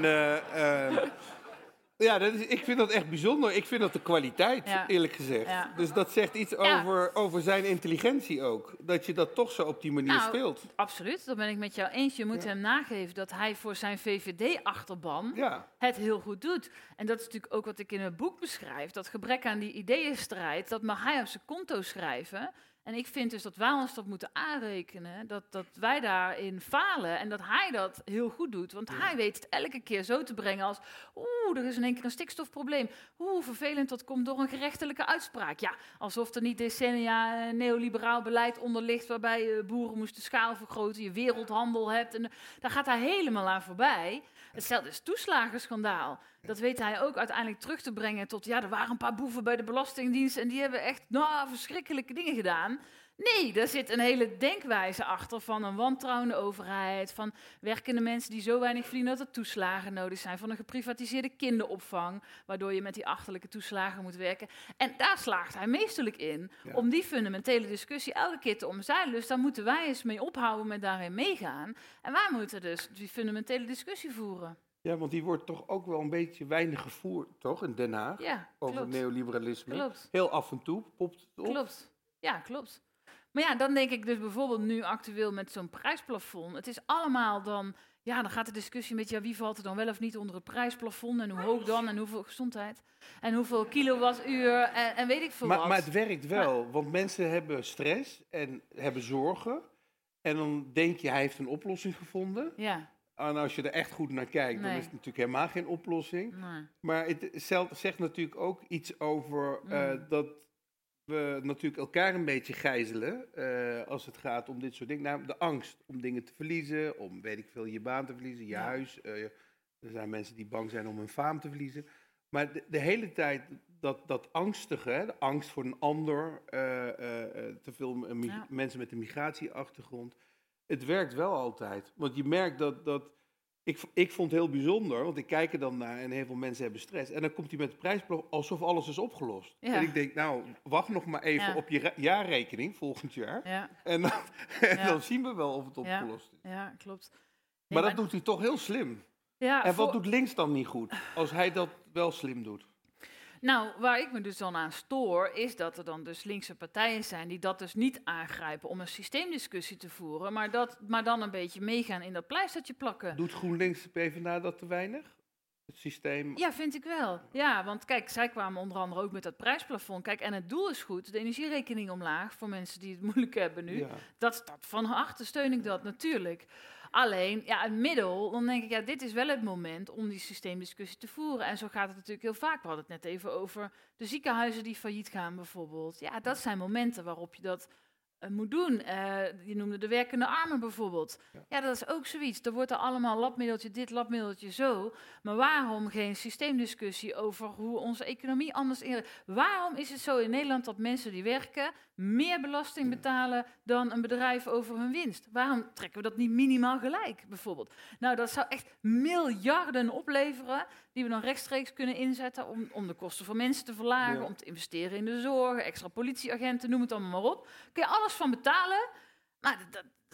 ja, ik vind dat echt bijzonder. Ik vind dat de kwaliteit, eerlijk gezegd. Ja. Dus dat zegt iets over zijn intelligentie ook. Dat je dat toch zo op die manier speelt. Absoluut, dat ben ik met jou eens. Je moet hem nageven dat hij voor zijn VVD-achterban het heel goed doet. En dat is natuurlijk ook wat ik in het boek beschrijf. Dat gebrek aan die ideeënstrijd, dat mag hij op zijn konto schrijven. En ik vind dus dat wij ons dat moeten aanrekenen, dat wij daarin falen en dat hij dat heel goed doet. Want hij weet het elke keer zo te brengen als, er is in één keer een stikstofprobleem. Vervelend, dat komt door een gerechtelijke uitspraak. Ja, alsof er niet decennia neoliberaal beleid onder ligt waarbij boeren moesten schaal vergroten, je wereldhandel hebt. En daar gaat hij helemaal aan voorbij. Hetzelfde is het toeslagenschandaal. Dat weet hij ook uiteindelijk terug te brengen tot, er waren een paar boeven bij de Belastingdienst en die hebben echt verschrikkelijke dingen gedaan. Nee, daar zit een hele denkwijze achter van een wantrouwende overheid, van werkende mensen die zo weinig verdienen dat er toeslagen nodig zijn, van een geprivatiseerde kinderopvang, waardoor je met die achterlijke toeslagen moet werken. En daar slaagt hij meesterlijk in, om die fundamentele discussie elke keer te omzeilen. Dus daar moeten wij eens mee ophouden met daarin meegaan. En wij moeten dus die fundamentele discussie voeren. Ja, want die wordt toch ook wel een beetje weinig gevoerd, toch, in Den Haag? Ja, over klopt. Neoliberalisme. Klopt. Heel af en toe popt het op. Klopt. Ja, klopt. Maar ja, dan denk ik dus bijvoorbeeld nu actueel met zo'n prijsplafond. Het is allemaal dan gaat de discussie met, wie valt er dan wel of niet onder het prijsplafond en hoe hoog dan en hoeveel gezondheid en hoeveel kilowattuur en weet ik veel wat. Maar het werkt wel, want mensen hebben stress en hebben zorgen en dan denk je, hij heeft een oplossing gevonden. Ja. En als je er echt goed naar kijkt, dan is het natuurlijk helemaal geen oplossing. Nee. Maar het zegt natuurlijk ook iets over dat we natuurlijk elkaar een beetje gijzelen als het gaat om dit soort dingen. Nou, de angst om dingen te verliezen, om, weet ik veel, je baan te verliezen, je huis. Er zijn mensen die bang zijn om hun faam te verliezen. Maar de hele tijd dat angstige, de angst voor een ander, te veel mensen met een migratieachtergrond, het werkt wel altijd. Want je merkt dat ik vond het heel bijzonder, want ik kijk er dan naar en heel veel mensen hebben stress. En dan komt hij met de prijsplafond alsof alles is opgelost. Ja. En ik denk, nou, wacht nog maar even op je jaarrekening volgend jaar. Ja. En dan zien we wel of het opgelost is. Ja, klopt. Maar dat doet hij toch heel slim. Ja, en wat doet links dan niet goed, als hij dat wel slim doet? Nou, waar ik me dus dan aan stoor, is dat er dan dus linkse partijen zijn die dat dus niet aangrijpen om een systeemdiscussie te voeren, maar dan een beetje meegaan in dat pleistertje plakken. Doet GroenLinks de PvdA dat te weinig? Het systeem? Ja, vind ik wel. Ja, want kijk, zij kwamen onder andere ook met dat prijsplafond. Kijk, en het doel is goed, de energierekening omlaag voor mensen die het moeilijk hebben nu. Ja. Dat van harte steun ik dat natuurlijk. Alleen, het middel, dan denk ik, dit is wel het moment om die systeemdiscussie te voeren. En zo gaat het natuurlijk heel vaak. We hadden het net even over de ziekenhuizen die failliet gaan bijvoorbeeld. Ja, dat zijn momenten waarop je dat moet doen. Je noemde de werkende armen bijvoorbeeld. Ja, dat is ook zoiets. Er wordt er allemaal labmiddeltje dit, labmiddeltje zo. Maar waarom geen systeemdiscussie over hoe onze economie anders in... Waarom is het zo in Nederland dat mensen die werken meer belasting betalen dan een bedrijf over hun winst? Waarom trekken we dat niet minimaal gelijk, bijvoorbeeld? Nou, dat zou echt miljarden opleveren die we dan rechtstreeks kunnen inzetten om de kosten voor mensen te verlagen, om te investeren in de zorg, extra politieagenten, noem het allemaal maar op. Kun je alles van betalen, maar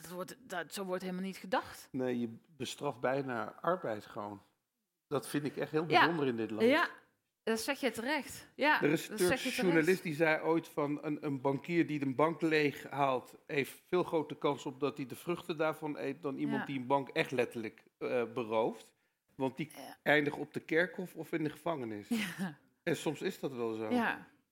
zo wordt helemaal niet gedacht. Nee, je bestraft bijna arbeid gewoon. Dat vind ik echt heel bijzonder in dit land. Ja, dat zeg je terecht. Ja, er is een Turkse journalist die zei ooit van een bankier die een bank leeg haalt, heeft veel grotere kans op dat hij de vruchten daarvan eet dan iemand die een bank echt letterlijk berooft. Want die eindigt op de kerkhof of in de gevangenis. Ja. En soms is dat wel zo.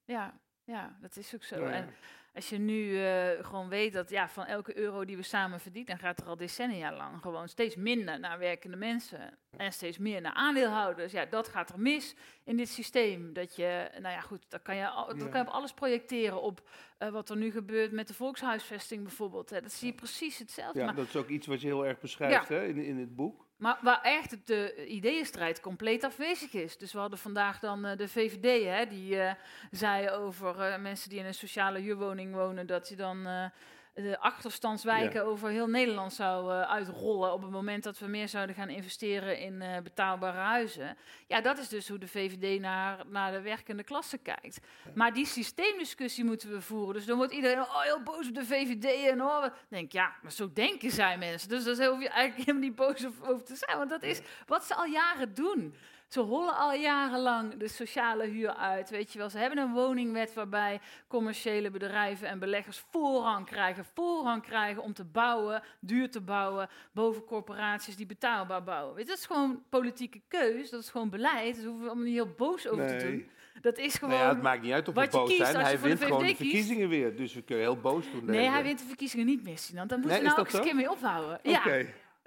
Ja, dat is ook zo. Ja. En als je nu gewoon weet dat van elke euro die we samen verdienen, dan gaat er al decennia lang gewoon steeds minder naar werkende mensen en steeds meer naar aandeelhouders. Ja, dat gaat er mis in dit systeem. Dat je, dat kan je op alles projecteren op wat er nu gebeurt met de volkshuisvesting bijvoorbeeld. Hè. Dat zie je precies hetzelfde. Ja, maar dat is ook iets wat je heel erg beschrijft hè, in het boek. Maar waar echt de ideeënstrijd compleet afwezig is. Dus we hadden vandaag dan de VVD, hè, die zei over mensen die in een sociale huurwoning wonen, dat je dan de achterstandswijken over heel Nederland zou uitrollen op het moment dat we meer zouden gaan investeren in betaalbare huizen. Ja, dat is dus hoe de VVD naar de werkende klasse kijkt. Ja. Maar die systeemdiscussie moeten we voeren. Dus dan wordt iedereen heel boos op de VVD. En denk maar zo denken zij mensen. Dus daar hoef je eigenlijk helemaal niet boos over te zijn. Want dat is wat ze al jaren doen. Ze hollen al jarenlang de sociale huur uit, weet je wel. Ze hebben een woningwet waarbij commerciële bedrijven en beleggers voorrang krijgen om te bouwen, duur te bouwen, boven corporaties die betaalbaar bouwen. Weet je, dat is gewoon politieke keus, dat is gewoon beleid, daar hoeven we allemaal niet heel boos over te doen. Dat is gewoon het maakt niet uit of we boos zijn, hij wint gewoon de verkiezingen weer, dus we kunnen heel boos doen. Nee, hij wint de verkiezingen niet meer, Sinan. Dan moeten we nou ook eens een keer mee ophouden. Ja.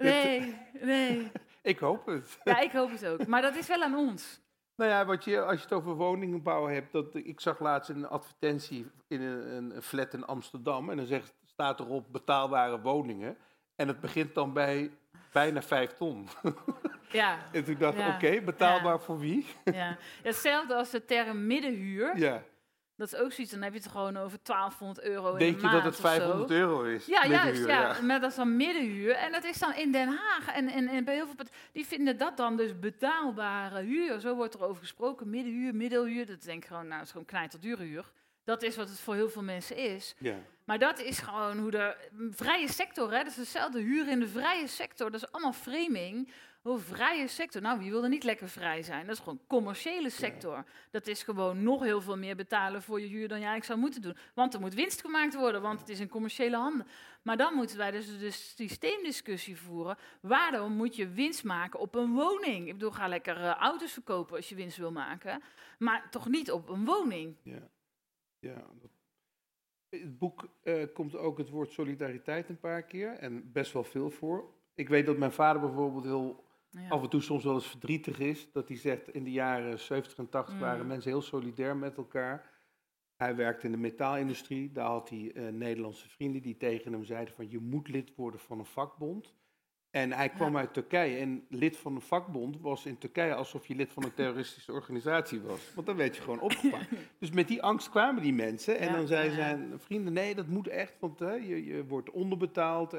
Nee. Ik hoop het. Ja, ik hoop het ook. Maar dat is wel aan ons. Nou ja, als je het over woningbouw hebt, ik zag laatst een advertentie in een flat in Amsterdam en dan staat erop betaalbare woningen en het begint dan bij bijna 5 ton. Ja. En toen dacht ik, oké, betaalbaar voor wie? Ja. Hetzelfde als de term middenhuur. Ja. Dat is ook zoiets, dan heb je het gewoon over €1200 in Denk de maand. Denk je dat het €500 is? Ja, juist, maar dat is dan middenhuur. En dat is dan in Den Haag. En bij heel veel die vinden dat dan dus betaalbare huur. Zo wordt er over gesproken, middenhuur, middelhuur. Dat denk ik gewoon, dat is gewoon knijterdure huur. Dat is wat het voor heel veel mensen is. Ja. Maar dat is gewoon hoe de vrije sector, hè, dat is dezelfde huur in de vrije sector. Dat is allemaal framing. Hoe vrije sector, nou wie wil er niet lekker vrij zijn? Dat is gewoon commerciële sector. Ja. Dat is gewoon nog heel veel meer betalen voor je huur dan je eigenlijk zou moeten doen. Want er moet winst gemaakt worden, want het is in commerciële handen. Maar dan moeten wij dus de systeemdiscussie voeren. Waarom moet je winst maken op een woning? Ik bedoel, ga lekker auto's verkopen als je winst wil maken. Maar toch niet op een woning. Ja. In het boek komt ook het woord solidariteit een paar keer en best wel veel voor. Ik weet dat mijn vader bijvoorbeeld af en toe soms wel eens verdrietig is. Dat hij zegt, in de jaren 70 en 80 waren mensen heel solidair met elkaar. Hij werkte in de metaalindustrie. Daar had hij Nederlandse vrienden die tegen hem zeiden van je moet lid worden van een vakbond. En hij kwam uit Turkije en lid van een vakbond was in Turkije alsof je lid van een terroristische organisatie was. Want dan werd je gewoon opgepakt. Dus met die angst kwamen die mensen en dan zeiden zijn vrienden, nee dat moet echt, want je wordt onderbetaald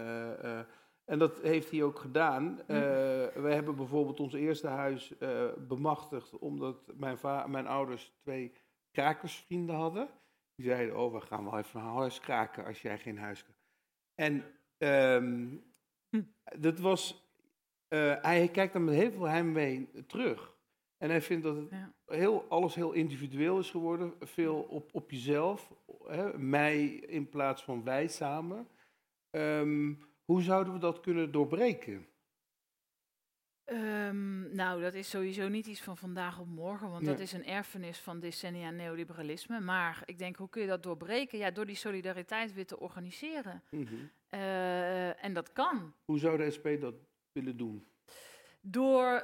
en dat heeft hij ook gedaan. We hebben bijvoorbeeld ons eerste huis bemachtigd omdat mijn ouders 2 krakersvrienden hadden. Die zeiden, we gaan wel even een huis kraken als jij geen huis krijgt. En dat was, hij kijkt dan met heel veel heimwee terug. En hij vindt dat het alles heel individueel is geworden. Veel op jezelf. Mij in plaats van wij samen. Hoe zouden we dat kunnen doorbreken? Nou, dat is sowieso niet iets van vandaag op morgen, want dat is een erfenis van decennia neoliberalisme. Maar ik denk, hoe kun je dat doorbreken? Ja, door die solidariteit weer te organiseren. Mm-hmm. En dat kan. Hoe zou de SP dat willen doen? Door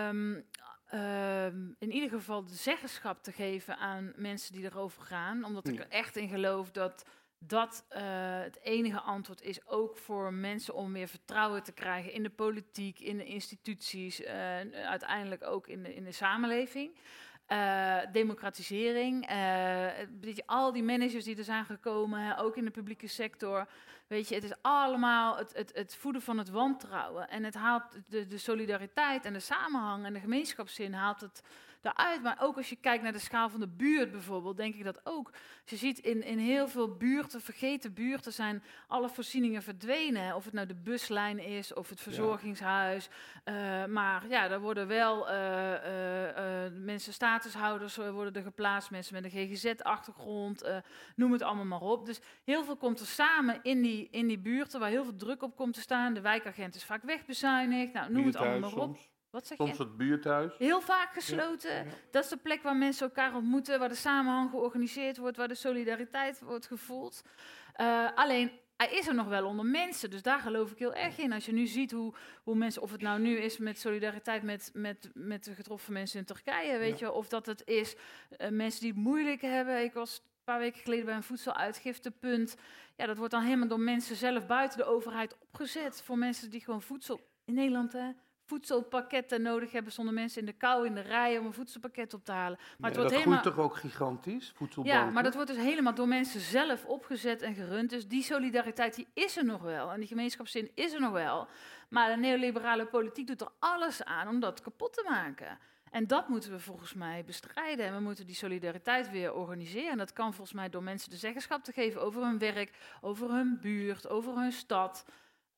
in ieder geval de zeggenschap te geven aan mensen die erover gaan. Omdat ik er echt in geloof dat dat het enige antwoord is ook voor mensen om meer vertrouwen te krijgen in de politiek, in de instituties, uiteindelijk ook in de samenleving. Democratisering, al die managers die er zijn gekomen, ook in de publieke sector. Weet je, het is allemaal het voeden van het wantrouwen. En het haalt de solidariteit en de samenhang en de gemeenschapszin haalt het daaruit. Maar ook als je kijkt naar de schaal van de buurt bijvoorbeeld, denk ik dat ook. Als je ziet in heel veel buurten, vergeten buurten, zijn alle voorzieningen verdwenen. Of het nou de buslijn is of het verzorgingshuis. Maar ja, daar worden wel mensen, statushouders worden er geplaatst, mensen met een GGZ-achtergrond, noem het allemaal maar op. Dus heel veel komt er samen in die buurten waar heel veel druk op komt te staan. De wijkagent is vaak wegbezuinigd, nou, noem het allemaal maar op. Wat zeg je? Soms het buurthuis. Heel vaak gesloten. Ja. Dat is de plek waar mensen elkaar ontmoeten, waar de samenhang georganiseerd wordt, waar de solidariteit wordt gevoeld. Alleen, hij is er nog wel onder mensen, dus daar geloof ik heel erg in. Als je nu ziet hoe mensen, of het nou nu is met solidariteit met de getroffen mensen in Turkije, weet je, of dat het is mensen die het moeilijk hebben. Ik was een paar weken geleden bij een voedseluitgiftepunt. Ja, dat wordt dan helemaal door mensen zelf buiten de overheid opgezet. Voor mensen die gewoon voedsel, in Nederland hè, voedselpakketten nodig hebben, zonder mensen in de kou in de rij om een voedselpakket op te halen. Maar het wordt dat groeit toch ook gigantisch, voedselbanken? Ja, maar dat wordt dus helemaal door mensen zelf opgezet en gerund. Dus die solidariteit die is er nog wel en die gemeenschapszin is er nog wel. Maar de neoliberale politiek doet er alles aan om dat kapot te maken. En dat moeten we volgens mij bestrijden. En we moeten die solidariteit weer organiseren. En dat kan volgens mij door mensen de zeggenschap te geven over hun werk, over hun buurt, over hun stad.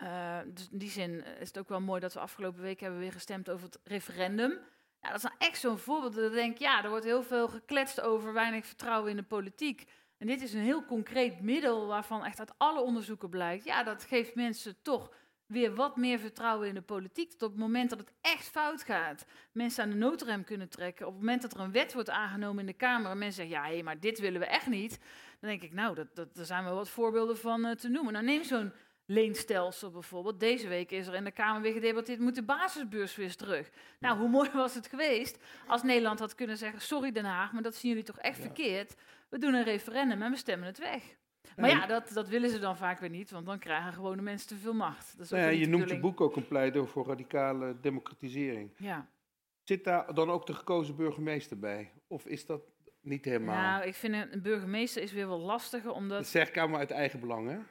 Dus in die zin is het ook wel mooi dat we afgelopen week hebben weer gestemd over het referendum. Ja, dat is nou echt zo'n voorbeeld dat ik denk, ja, er wordt heel veel gekletst over weinig vertrouwen in de politiek. En dit is een heel concreet middel waarvan echt uit alle onderzoeken blijkt, ja, dat geeft mensen toch weer wat meer vertrouwen in de politiek. Tot op het moment dat het echt fout gaat, mensen aan de noodrem kunnen trekken. Op het moment dat er een wet wordt aangenomen in de Kamer en mensen zeggen, ja, maar dit willen we echt niet. Dan denk ik, nou, daar zijn wel wat voorbeelden van te noemen. Nou, neem zo'n leenstelsel bijvoorbeeld. Deze week is er in de Kamer weer gedebatteerd, moet de basisbeurs weer terug. Nou, hoe mooi was het geweest als Nederland had kunnen zeggen, sorry Den Haag, maar dat zien jullie toch echt verkeerd. We doen een referendum en we stemmen het weg. Maar ja, dat willen ze dan vaak weer niet, want dan krijgen gewone mensen te veel macht. Dat is ook je noemt je boek ook een pleidooi voor radicale democratisering. Ja. Zit daar dan ook de gekozen burgemeester bij? Of is dat niet helemaal? Nou, ik vind een burgemeester is weer wel lastiger, omdat... Dat zeg ik allemaal uit eigen belang, hè?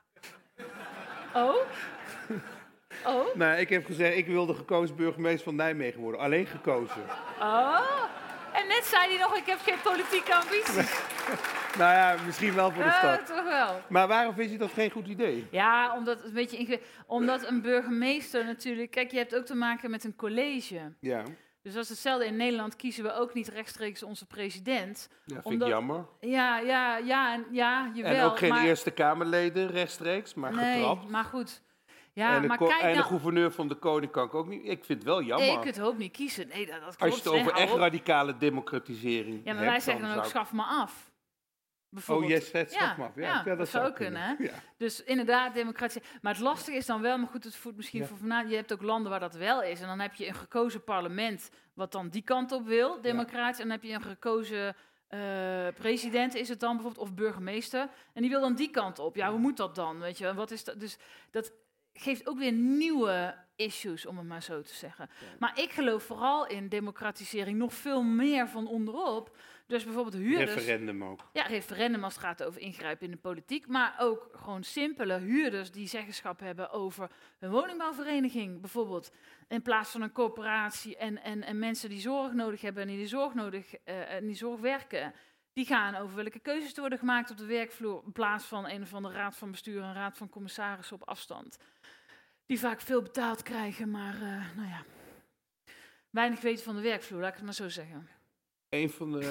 Oh? Oh? Nou, ik heb gezegd, ik wil de gekozen burgemeester van Nijmegen worden. Alleen gekozen. Oh? En net zei hij nog, ik heb geen politieke ambities. Nou ja, misschien wel voor de stad. Toch wel. Maar waarom vind je dat geen goed idee? Ja, omdat een burgemeester natuurlijk... Kijk, je hebt ook te maken met een college. Ja. Dus als hetzelfde in Nederland kiezen we ook niet rechtstreeks onze president. Ja, vind ik jammer. Ja, jawel. En ook geen Eerste Kamerleden rechtstreeks, maar getrapt. Nee, maar goed. Ja, en maar kijk de gouverneur van de Koning kan ik ook niet... Ik vind het wel jammer. Ik het ook niet kiezen. Nee, dat klopt. Als je het over echt radicale democratisering Ja, maar wij zeggen dan ook, schaf me af. Oh, yes, schaf me af. Ja, dat zou ook kunnen. Hè? Ja. Dus inderdaad, democratie. Maar het lastige is dan wel, maar goed, het voert misschien voor vanavond. Je hebt ook landen waar dat wel is. En dan heb je een gekozen parlement wat dan die kant op wil, democratisch. En dan heb je een gekozen president, is het dan bijvoorbeeld, of burgemeester. En die wil dan die kant op. Ja, hoe moet dat dan? Weet je, wat is dat? Dus dat geeft ook weer nieuwe issues, om het maar zo te zeggen. Ja. Maar ik geloof vooral in democratisering nog veel meer van onderop. Dus bijvoorbeeld huurders... Referendum ook. Ja, referendum als het gaat over ingrijpen in de politiek. Maar ook gewoon simpele huurders die zeggenschap hebben over een woningbouwvereniging bijvoorbeeld. In plaats van een corporatie en mensen die zorg nodig hebben en die zorg werken. Die gaan over welke keuzes er worden gemaakt op de werkvloer, in plaats van een of andere raad van bestuur en raad van commissarissen op afstand. Die vaak veel betaald krijgen, maar weinig weten van de werkvloer, laat ik het maar zo zeggen. Een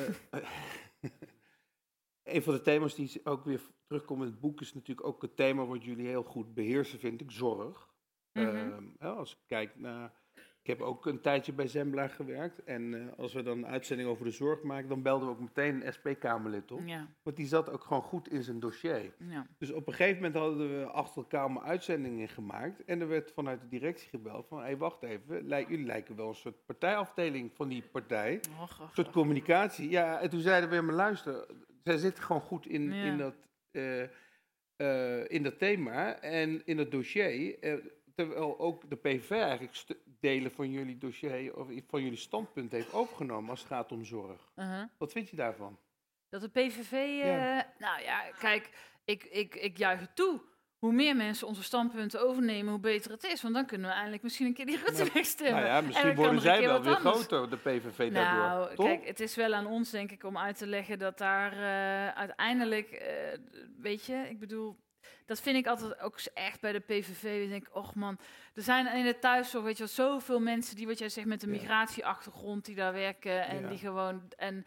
van de thema's die ook weer terugkomen in het boek is natuurlijk ook het thema wat jullie heel goed beheersen, vind ik, zorg. Mm-hmm. Als ik kijk naar... Ik heb ook een tijdje bij Zembla gewerkt en als we dan een uitzending over de zorg maken, dan belden we ook meteen een SP-Kamerlid op. Ja. Want die zat ook gewoon goed in zijn dossier. Ja. Dus op een gegeven moment hadden we achter elkaar allemaal uitzendingen gemaakt en er werd vanuit de directie gebeld van, hé, wacht even, jullie lijken wel een soort partijafdeling van die partij. Een soort communicatie. Ja, en toen zeiden we, maar luister, zij zitten gewoon goed in dat... in dat thema en in het dossier. Terwijl ook de PVV eigenlijk delen van jullie dossier of van jullie standpunt heeft overgenomen als het gaat om zorg. Wat vind je daarvan? Dat de PVV... Ja. Nou ja, kijk, ik juich het toe. Hoe meer mensen onze standpunten overnemen, hoe beter het is. Want dan kunnen we eindelijk misschien een keer die Rutte wegstemmen. Nou ja, misschien worden zij wel weer groter, de PVV, daardoor. Nou, toch? Kijk, het is wel aan ons, denk ik, om uit te leggen dat daar uiteindelijk... weet je, ik bedoel... Dat vind ik altijd ook echt bij de PVV. Ik denk, och man, er zijn in de thuiszorg, weet je wel, zoveel mensen die, wat jij zegt, met een migratieachtergrond die daar werken en die gewoon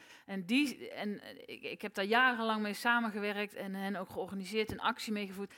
ik heb daar jarenlang mee samengewerkt en hen ook georganiseerd en actie meegevoerd.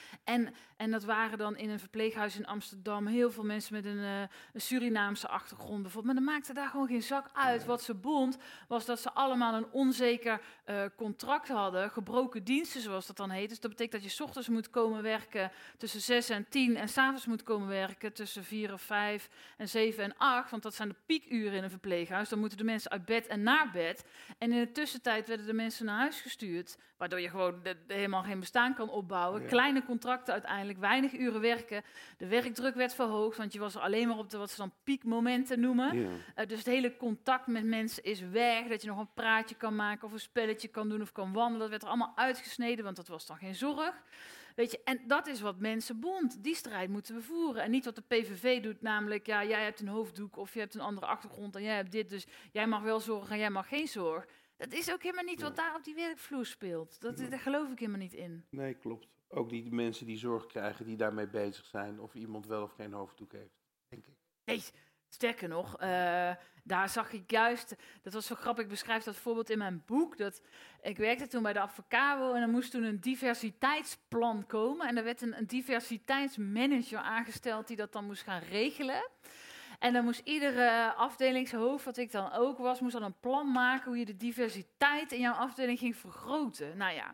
En dat waren dan in een verpleeghuis in Amsterdam heel veel mensen met een Surinaamse achtergrond bijvoorbeeld. Maar dat maakte daar gewoon geen zak uit. Nee. Wat ze bond, was dat ze allemaal een onzeker contract hadden, gebroken diensten zoals dat dan heet. Dus dat betekent dat je 's ochtends moet komen werken tussen 6 en 10 en 's avonds moet komen werken tussen 4 of 5 en 7 en 8, want dat zijn de piekuren in een verpleeghuis. Dan moeten de mensen uit bed en naar bed. En in de tussentijd werden de mensen naar huis gestuurd, waardoor je gewoon helemaal geen bestaan kan opbouwen. Ja. Kleine contracten uiteindelijk, weinig uren werken. De werkdruk werd verhoogd, want je was er alleen maar op de wat ze dan piekmomenten noemen. Ja. Dus het hele contact met mensen is weg, dat je nog een praatje kan maken of een spelletje kan doen of kan wandelen. Dat werd er allemaal uitgesneden, want dat was dan geen zorg. Weet je, en dat is wat mensen bond. Die strijd moeten we voeren. En niet wat de PVV doet, namelijk, ja, jij hebt een hoofddoek of je hebt een andere achtergrond en jij hebt dit, dus jij mag wel zorg en jij mag geen zorg. Dat is ook helemaal niet wat daar op die werkvloer speelt. Daar geloof ik helemaal niet in. Nee, klopt. Ook die mensen die zorg krijgen, die daarmee bezig zijn, of iemand wel of geen hoofddoek heeft, denk ik. Nee, sterker nog, daar zag ik juist, dat was zo grappig, ik beschrijf dat voorbeeld in mijn boek, dat ik werkte toen bij de Avocabo en er moest toen een diversiteitsplan komen en er werd een diversiteitsmanager aangesteld die dat dan moest gaan regelen. En dan moest iedere afdelingshoofd, wat ik dan ook was, moest dan een plan maken hoe je de diversiteit in jouw afdeling ging vergroten. Nou ja,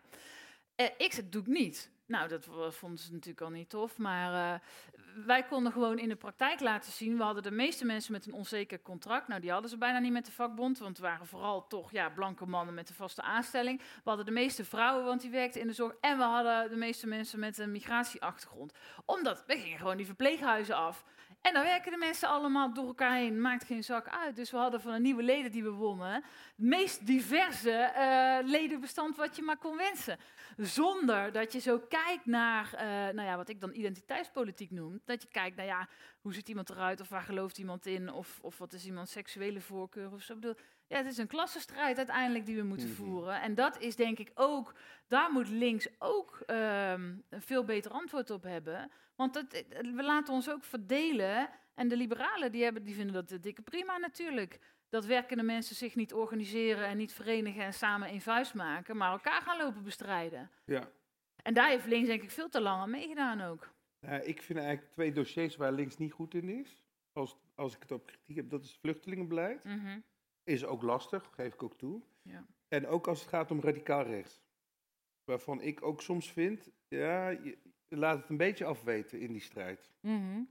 ik zei, dat doe ik niet. Nou, dat vonden ze natuurlijk al niet tof, maar wij konden gewoon in de praktijk laten zien, we hadden de meeste mensen met een onzeker contract, nou die hadden ze bijna niet met de vakbond, want het waren vooral toch blanke mannen met een vaste aanstelling. We hadden de meeste vrouwen, want die werkten in de zorg, en we hadden de meeste mensen met een migratieachtergrond. Omdat, we gingen gewoon die verpleeghuizen af. En dan werken de mensen allemaal door elkaar heen, maakt geen zak uit. Dus we hadden van de nieuwe leden die we wonnen, het meest diverse ledenbestand wat je maar kon wensen. Zonder dat je zo kijkt naar, wat ik dan identiteitspolitiek noem. Dat je kijkt naar, hoe ziet iemand eruit, of waar gelooft iemand in, of wat is iemands seksuele voorkeur of zo. Ik bedoel, het is een klassenstrijd uiteindelijk die we moeten voeren. En dat is denk ik ook, daar moet links ook een veel beter antwoord op hebben. Want we laten ons ook verdelen. En de liberalen die vinden dat dikke prima natuurlijk. Dat werkende mensen zich niet organiseren en niet verenigen en samen een vuist maken, maar elkaar gaan lopen bestrijden. Ja. En daar heeft links denk ik veel te lang aan meegedaan ook. Ik vind eigenlijk 2 dossiers waar links niet goed in is. Als ik het op kritiek heb, dat is het vluchtelingenbeleid. Mm-hmm. Is ook lastig, geef ik ook toe. Ja. En ook als het gaat om radicaal rechts. Waarvan ik ook soms vind, je laat het een beetje afweten in die strijd. Mm-hmm.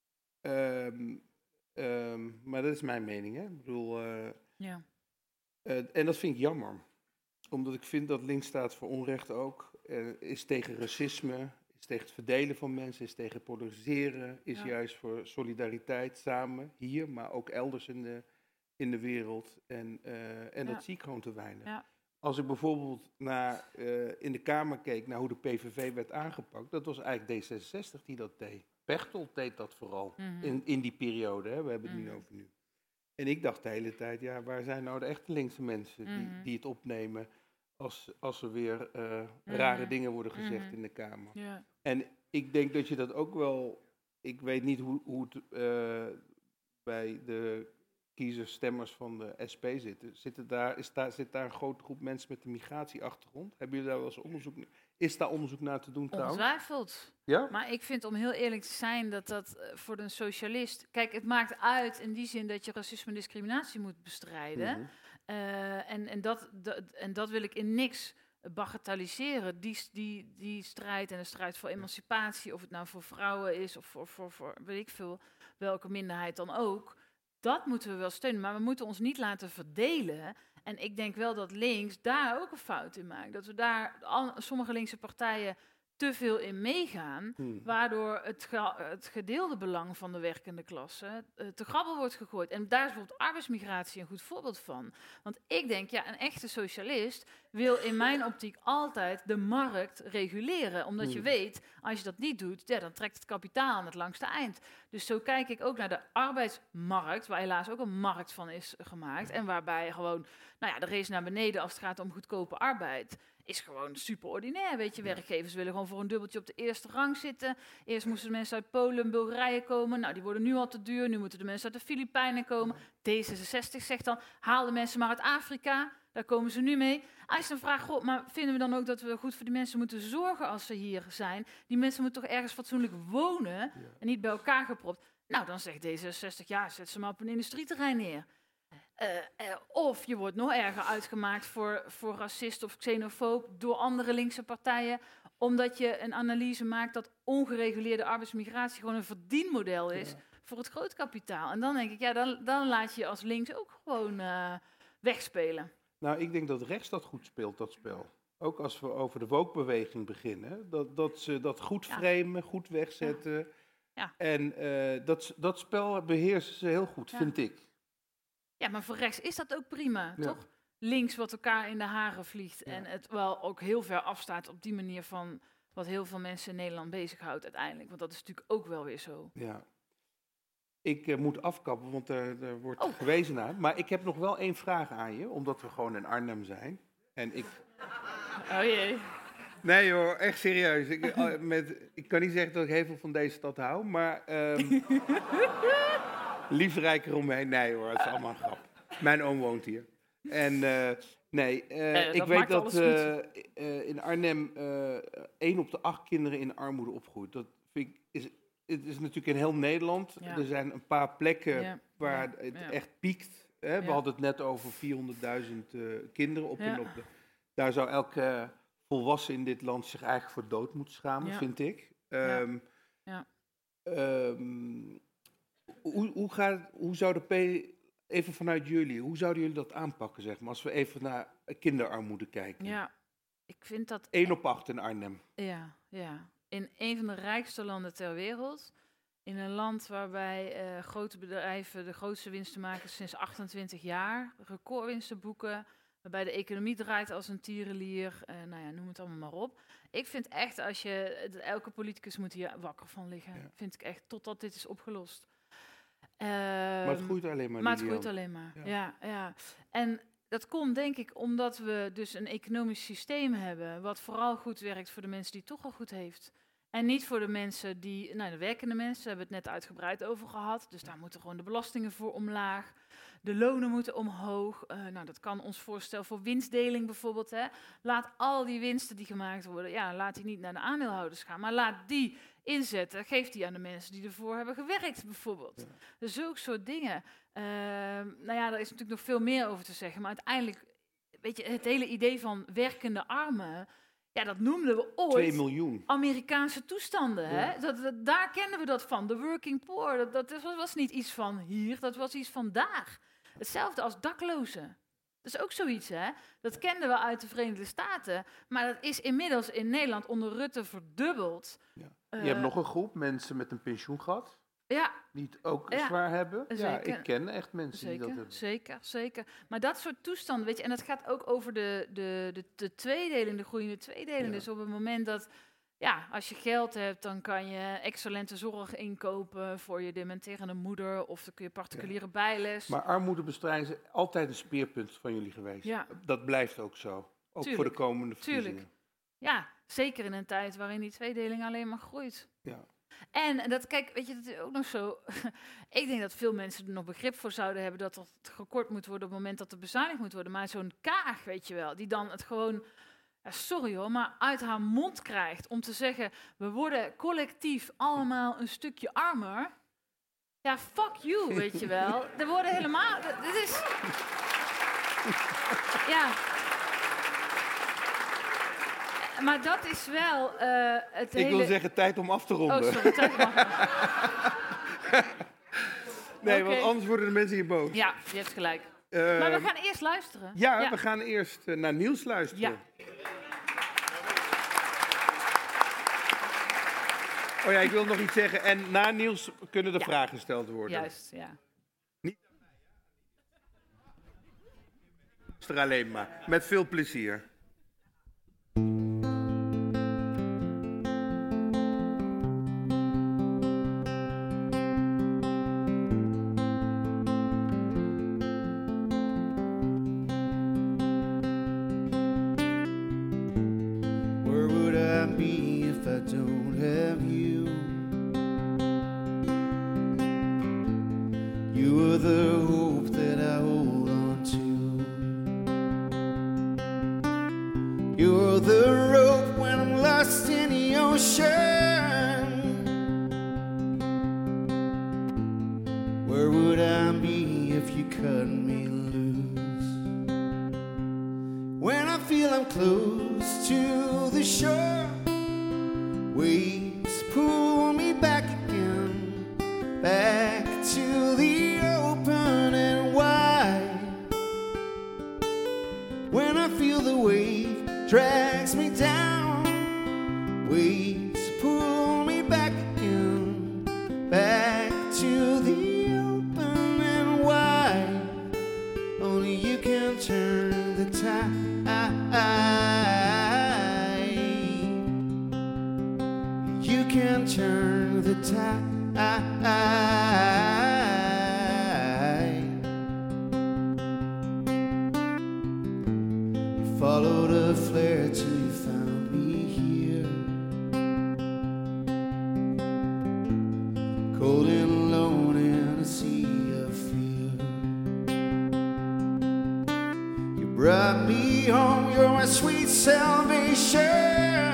Maar dat is mijn mening, hè. Ik bedoel, en dat vind ik jammer. Omdat ik vind dat links staat voor onrecht ook. Is tegen racisme, is tegen het verdelen van mensen, is tegen polariseren. Is juist voor solidariteit samen, hier, maar ook elders in de wereld. En dat zie ik gewoon te weinig. Ja. Als ik bijvoorbeeld in de Kamer keek naar hoe de PVV werd aangepakt, dat was eigenlijk D66 die dat deed. Pechtold deed dat vooral in die periode, hè? We hebben het nu over nu. En ik dacht de hele tijd, waar zijn nou de echte linkse mensen die het opnemen als er weer rare dingen worden gezegd in de Kamer. Ja. En ik denk dat je dat ook wel, ik weet niet hoe het bij de kiezers, stemmers van de SP zitten. Zit daar een grote groep mensen met een migratieachtergrond? Hebben jullie daar wel eens onderzoek naar? Is daar onderzoek naar te doen trouwens? Ongetwijfeld. Ja? Maar ik vind, om heel eerlijk te zijn, dat voor een socialist... Kijk, het maakt uit in die zin dat je racisme en discriminatie moet bestrijden. Mm-hmm. En dat wil ik in niks bagatelliseren. Die strijd en de strijd voor emancipatie, of het nou voor vrouwen is of voor weet ik veel, welke minderheid dan ook... Dat moeten we wel steunen, maar we moeten ons niet laten verdelen. En ik denk wel dat links daar ook een fout in maakt. Dat we daar, sommige linkse partijen, te veel in meegaan, waardoor het gedeelde belang van de werkende klasse te grabbel wordt gegooid. En daar is bijvoorbeeld arbeidsmigratie een goed voorbeeld van. Want ik denk, een echte socialist wil in mijn optiek altijd de markt reguleren. Omdat je weet, als je dat niet doet, dan trekt het kapitaal aan het langste eind. Dus zo kijk ik ook naar de arbeidsmarkt, waar helaas ook een markt van is gemaakt. En waarbij gewoon, de race naar beneden als het gaat om goedkope arbeid is gewoon super ordinair, weet je. Werkgevers willen gewoon voor een dubbeltje op de eerste rang zitten. Eerst moesten de mensen uit Polen en Bulgarije komen. Die worden nu al te duur. Nu moeten de mensen uit de Filipijnen komen. D66 zegt dan, haal de mensen maar uit Afrika. Daar komen ze nu mee. Als je dan vraagt, maar vinden we dan ook dat we goed voor die mensen moeten zorgen als ze hier zijn? Die mensen moeten toch ergens fatsoenlijk wonen en niet bij elkaar gepropt? Dan zegt D66, zet ze maar op een industrieterrein neer. Of je wordt nog erger uitgemaakt voor racist of xenofoob door andere linkse partijen, omdat je een analyse maakt dat ongereguleerde arbeidsmigratie gewoon een verdienmodel is voor het grootkapitaal. En dan denk ik, dan laat je als links ook gewoon wegspelen. Nou, ik denk dat rechts dat goed speelt, dat spel. Ook als we over de woke-beweging beginnen, dat ze dat goed framen, goed wegzetten. Ja. En dat spel beheersen ze heel goed, vind ik. Ja, maar voor rechts is dat ook prima, toch? Links wat elkaar in de haren vliegt en het wel ook heel ver afstaat op die manier van wat heel veel mensen in Nederland bezighoudt uiteindelijk. Want dat is natuurlijk ook wel weer zo. Ja. Ik moet afkappen, want er wordt gewezen naar. Maar ik heb nog wel 1 vraag aan je, omdat we gewoon in Arnhem zijn. En ik... Oh jee. Nee hoor, echt serieus. Ik kan niet zeggen dat ik heel veel van deze stad hou, maar... liefrijker omheen. Nee hoor, het is allemaal een grap. Mijn oom woont hier. En ik weet dat in Arnhem 1 op de 8 kinderen in armoede opgroeit. Dat vind ik, het is natuurlijk in heel Nederland. Ja. Er zijn een paar plekken waar het echt piekt. Hè? We hadden het net over 400.000 kinderen op en op. Daar zou elke volwassen in dit land zich eigenlijk voor dood moeten schamen, vind ik. Hoe zou de P, even vanuit jullie, hoe zouden jullie dat aanpakken, zeg maar, als we even naar kinderarmoede kijken? Ja, ik vind dat... 1 op 8 in Arnhem. Ja. In een van de rijkste landen ter wereld, in een land waarbij grote bedrijven de grootste winsten maken sinds 28 jaar, recordwinsten boeken, waarbij de economie draait als een tierenlier, noem het allemaal maar op. Ik vind echt, elke politicus moet hier wakker van liggen, vind ik echt, totdat dit is opgelost. Maar het groeit alleen maar. Maar het groeit alleen maar, ja. En dat komt denk ik omdat we dus een economisch systeem hebben wat vooral goed werkt voor de mensen die het toch al goed heeft. En niet voor de mensen die, de werkende mensen, hebben we het net uitgebreid over gehad. Dus daar moeten gewoon de belastingen voor omlaag. De lonen moeten omhoog. Dat kan ons voorstel voor winstdeling bijvoorbeeld. Hè. Laat al die winsten die gemaakt worden, laat die niet naar de aandeelhouders gaan. Maar laat die inzetten, geef die aan de mensen die ervoor hebben gewerkt bijvoorbeeld. Ja. Dus zulke soort dingen. Daar is natuurlijk nog veel meer over te zeggen. Maar uiteindelijk, weet je, het hele idee van werkende armen, dat noemden we ooit 2 miljoen. Amerikaanse toestanden. Hè? Daar kennen we dat van. De working poor, dat was niet iets van hier, dat was iets van daar. Hetzelfde als daklozen. Dat is ook zoiets, hè? Dat kenden we uit de Verenigde Staten. Maar dat is inmiddels in Nederland onder Rutte verdubbeld. Ja. Je hebt nog een groep mensen met een pensioengat. Ja. Die het ook zwaar hebben. Zeker. Ja, ik ken echt mensen die dat hebben. Zeker. Maar dat soort toestanden, weet je, en dat gaat ook over de tweedeling, de groeiende tweedeling. Ja. Dus op het moment dat, als je geld hebt, dan kan je excellente zorg inkopen voor je dementerende moeder, of dan kun je particuliere bijles. Maar armoedebestrijding is altijd een speerpunt van jullie geweest. Ja. Dat blijft ook zo. Ook voor de komende verkiezingen. Tuurlijk. Ja, zeker in een tijd waarin die tweedeling alleen maar groeit. Ja. En dat, kijk, weet je, dat is ook nog zo. Ik denk dat veel mensen er nog begrip voor zouden hebben dat het gekort moet worden op het moment dat er bezuinigd moet worden. Maar zo'n Kaag, weet je wel, die dan het gewoon, sorry hoor, maar uit haar mond krijgt om te zeggen, we worden collectief allemaal een stukje armer. Ja, fuck you, weet je wel. Er worden helemaal, dit is... Ja... Maar dat is wel het hele... Ik wil zeggen, tijd om af te ronden. Oh, sorry, tijd om af te ronden. Nee, want anders worden de mensen hier boos. Ja, je hebt gelijk. Maar we gaan eerst luisteren. Ja, we gaan eerst naar Niels luisteren. Ja. Oh ja, ik wil nog iets zeggen. En na Niels kunnen de vragen gesteld worden. Juist, ja. Niet er alleen maar. Met veel plezier. Where would I be if I don't have you? You are the hope that I hold on to. You're the rope when I'm lost in the ocean. Where would I be if you cut me loose? When I feel I'm close to the shore, waves pull me back again, back to the open and wide. When I feel the wave drags me down, waves pull me back again, back to the open and wide. Only you can turn the tide. You can turn the tide. You followed a flare till you found me here, cold and alone in a sea of fear. You brought me home, you're my sweet salvation.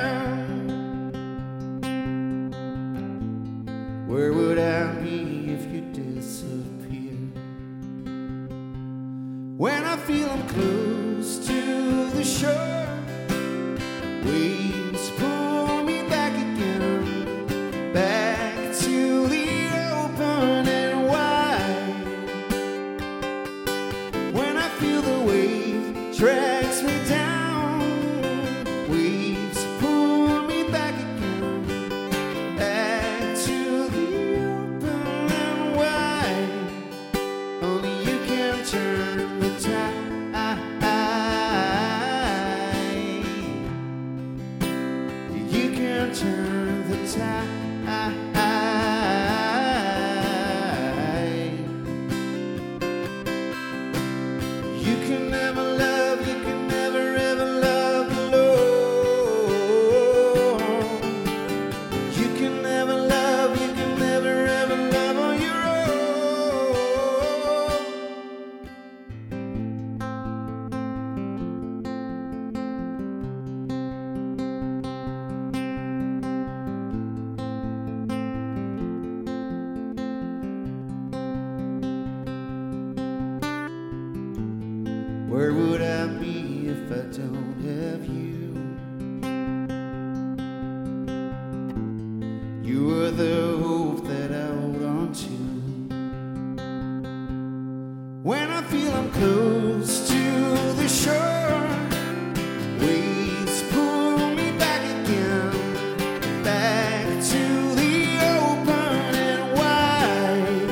Where would I be if you disappeared? When I feel I'm close to the shore, waves pull me back again, back to the open and wide. When I feel the wave drags me down, waves pull me back again, back to the open and wide. Only you can turn the tide. You can turn the tide. You can never love, you can never ever love alone. You can never love, you can never ever love on your own. Where would I be if I don't have you? You are the hope that I hold on to. When I feel I'm close to the shore, waves pull me back again, back to the open and wide.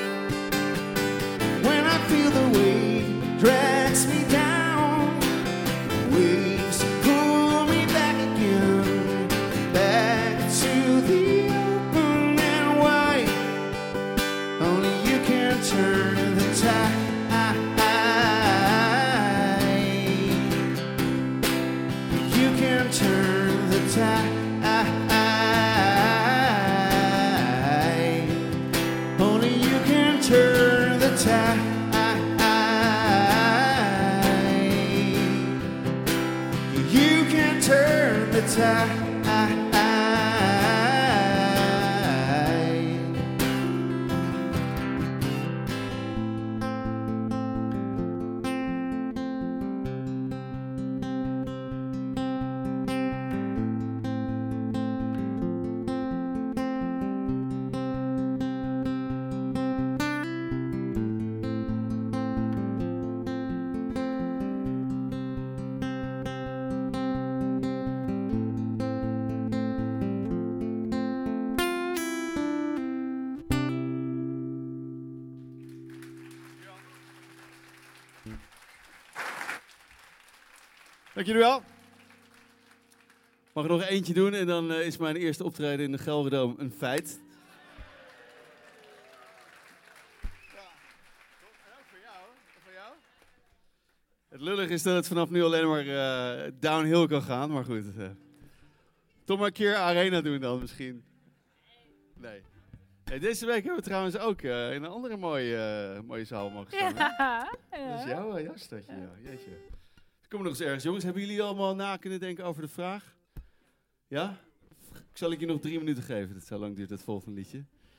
When I feel the wave drags me down, waves pull me back again, back to the open and wide. Only you can turn the tide. You can turn the tide. Only you can turn the tide. You can turn the tide. Dank jullie wel. Mag ik nog eentje doen en dan is mijn eerste optreden in de Gelredome een feit. Het lullig is dat het vanaf nu alleen maar downhill kan gaan, maar goed. Toch maar een keer Arena doen dan misschien. Nee. Hey, deze week hebben we trouwens ook in een andere mooie zaal mogen staan. Dat is jouw jasstadje, ja. Jeetje. Kom nog eens ergens, jongens. Hebben jullie allemaal na kunnen denken over de vraag? Ja? Zal ik je nog 3 minuten geven? Dat zo lang duurt het volgende liedje.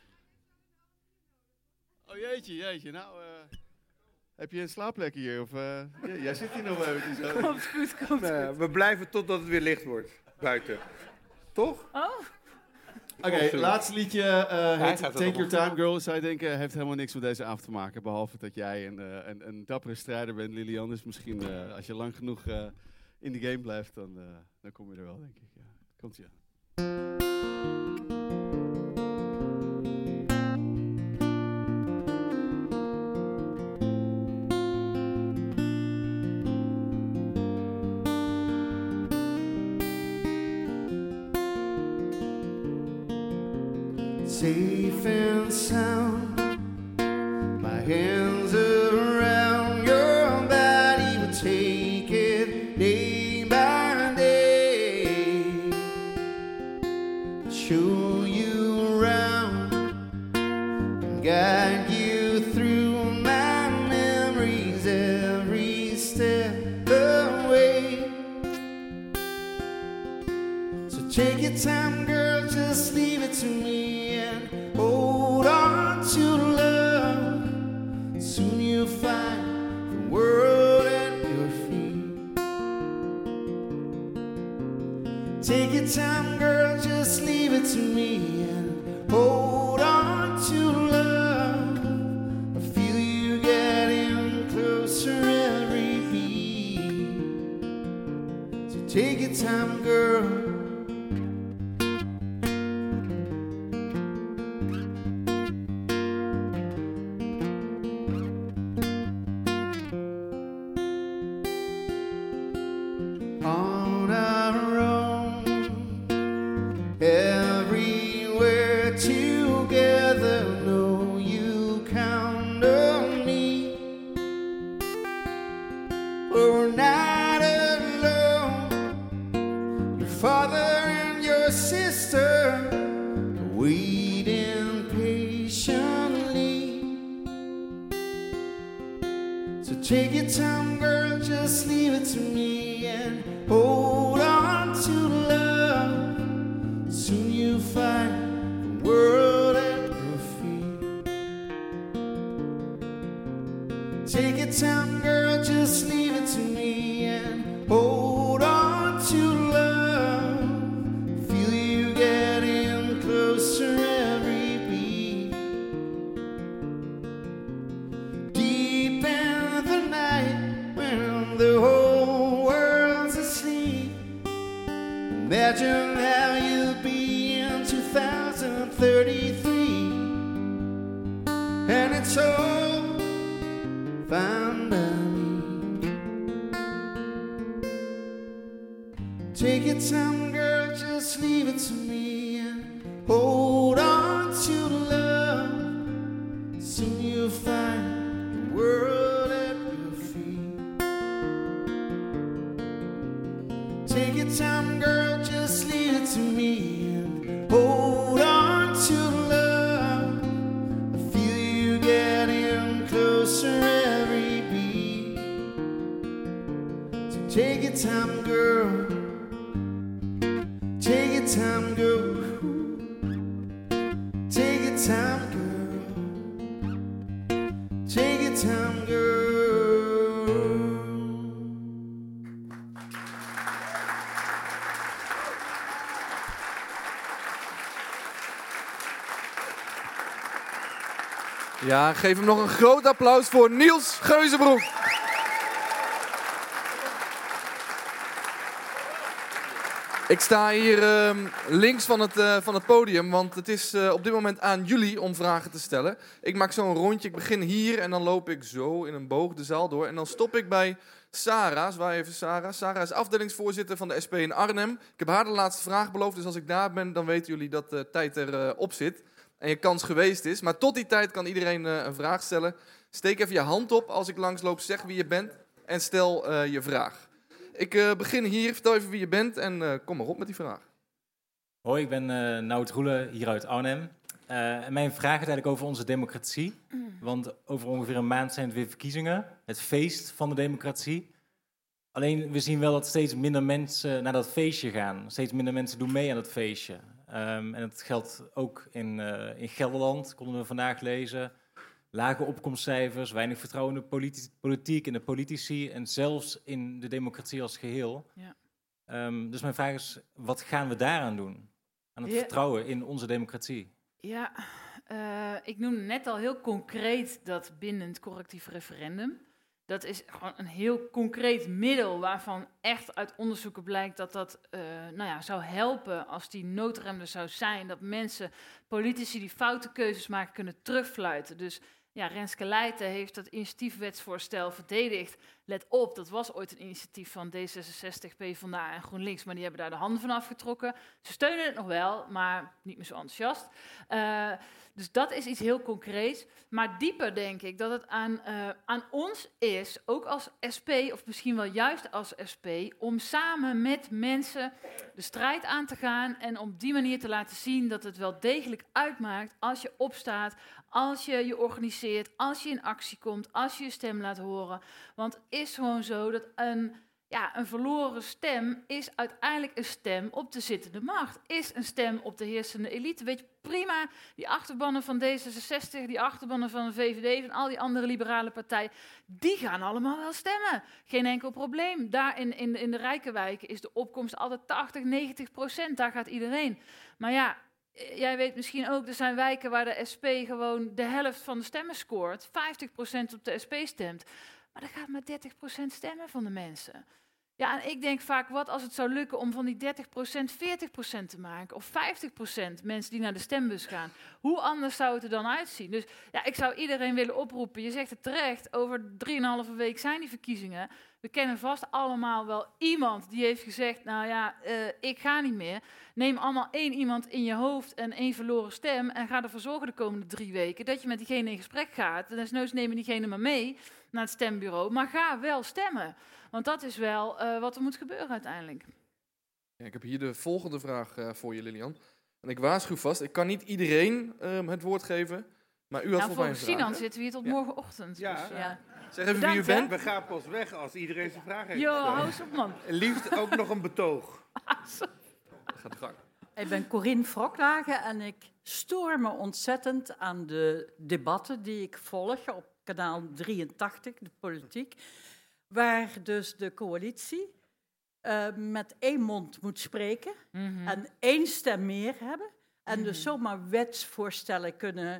Oh jeetje. Nou, heb je een slaapplek hier? Of, jij zit hier nog eventjes. Komt goed. We blijven totdat het weer licht wordt. Buiten. Toch? Oh. Oké, laatste liedje heet Take Your Time Girl. Zou je denken, heeft helemaal niks met deze avond te maken. Behalve dat jij een dappere strijder bent, Lilian. Dus misschien als je lang genoeg in de game blijft, dan kom je er wel, denk ik. Ja. Komt-ie aan. Safe and sound, my hands around your body, will take it day by day. Show you around, guide you through my memories every step of the way. So take your time, girl, just leave it to me. Hold on to love. Soon you'll find the world at your feet. Take your time, girl, just leave it to me and hold on to love. I feel you getting closer every beat. So take your time, girl. Take your time, girl, just leave it to me and hold on to love. Soon you'll find the world at your feet. Take your time, girl, just leave it to me and hold on to love. Feel you getting closer every beat. Deep in the night when the whole world's asleep, imagine how you'll be in 2033, and it's all fine by me. Take your time, girl, just leave it to me and hold on to love. Soon you'll find the world at your feet. Take your time, girl, just leave it to me and hold on to love. I feel you getting closer every beat. So take your time, girl. Take your time, girl. Take your time, girl. Take your time, girl. Ja, geef hem nog een groot applaus voor Niels Geuzenbroek. Ik sta hier links van het podium, want het is op dit moment aan jullie om vragen te stellen. Ik maak zo een rondje, ik begin hier en dan loop ik zo in een boog de zaal door. En dan stop ik bij Sarah. Zwaai even Sarah. Sarah is afdelingsvoorzitter van de SP in Arnhem. Ik heb haar de laatste vraag beloofd, dus als ik daar ben, dan weten jullie dat de tijd erop zit. En je kans geweest is. Maar tot die tijd kan iedereen een vraag stellen. Steek even je hand op als ik langsloop, zeg wie je bent en stel je vraag. Ik begin hier, vertel even wie je bent en kom maar op met die vraag. Hoi, ik ben Nout Roelen, hier uit Arnhem. En mijn vraag gaat eigenlijk over onze democratie. Want over ongeveer een maand zijn het weer verkiezingen. Het feest van de democratie. Alleen, we zien wel dat steeds minder mensen naar dat feestje gaan. Steeds minder mensen doen mee aan dat feestje. En dat geldt ook in Gelderland, konden we vandaag lezen. Lage opkomstcijfers, weinig vertrouwen in de politiek, in de politici en zelfs in de democratie als geheel. Ja. Dus mijn vraag is, wat gaan we daaraan doen? Aan het vertrouwen in onze democratie? Ja, ik noemde net al heel concreet dat bindend correctief referendum. Dat is gewoon een heel concreet middel waarvan echt uit onderzoeken blijkt dat dat zou helpen als die noodrem er zou zijn. Dat mensen, politici die foute keuzes maken, kunnen terugfluiten. Dus ja, Renske Leijten heeft dat initiatiefwetsvoorstel verdedigd. Let op, dat was ooit een initiatief van D66, PvdA en GroenLinks, maar die hebben daar de handen van afgetrokken. Ze steunen het nog wel, maar niet meer zo enthousiast. Dus dat is iets heel concreets. Maar dieper denk ik dat het aan ons is, ook als SP, of misschien wel juist als SP, om samen met mensen de strijd aan te gaan en op die manier te laten zien dat het wel degelijk uitmaakt als je opstaat, als je je organiseert, als je in actie komt, als je je stem laat horen. Want het is gewoon zo dat een verloren stem is uiteindelijk een stem op de zittende macht. Is een stem op de heersende elite. Weet je, prima, die achterbannen van D66, die achterbannen van de VVD, van al die andere liberale partijen, die gaan allemaal wel stemmen. Geen enkel probleem. Daar in de rijke wijken is de opkomst altijd 80-90%. Daar gaat iedereen. Maar ja, jij weet misschien ook, er zijn wijken waar de SP gewoon de helft van de stemmen scoort. 50% op de SP stemt. Maar er gaat maar 30% stemmen van de mensen. Ja, en ik denk vaak, wat als het zou lukken om van die 30% 40% te maken? Of 50% mensen die naar de stembus gaan? Hoe anders zou het er dan uitzien? Dus ja, ik zou iedereen willen oproepen. Je zegt het terecht, over 3,5 week zijn die verkiezingen. We kennen vast allemaal wel iemand die heeft gezegd, nou ja, ik ga niet meer. Neem allemaal 1 iemand in je hoofd en 1 verloren stem en ga ervoor zorgen de komende 3 weken dat je met diegene in gesprek gaat. En desnoods nemen diegene maar mee naar het stembureau, maar ga wel stemmen. Want dat is wel wat er moet gebeuren uiteindelijk. Ja, ik heb hier de volgende vraag voor je, Lilian. En ik waarschuw vast, ik kan niet iedereen het woord geven, maar u had volgens mij een vraag. Sinan zitten we hier tot morgenochtend. Ja. Dus, Zeg even bedankt, wie u bent. We gaan pas weg als iedereen zijn vraag heeft Jo, gesteld. hou eens op, man. En liefst ook nog een betoog. Gaat de gang. Ik ben Corine Wrocklagen en ik stoor me ontzettend aan de debatten die ik volg op kanaal 83, de politiek, waar dus de coalitie met 1 mond moet spreken en 1 stem meer hebben en dus zomaar wetsvoorstellen kunnen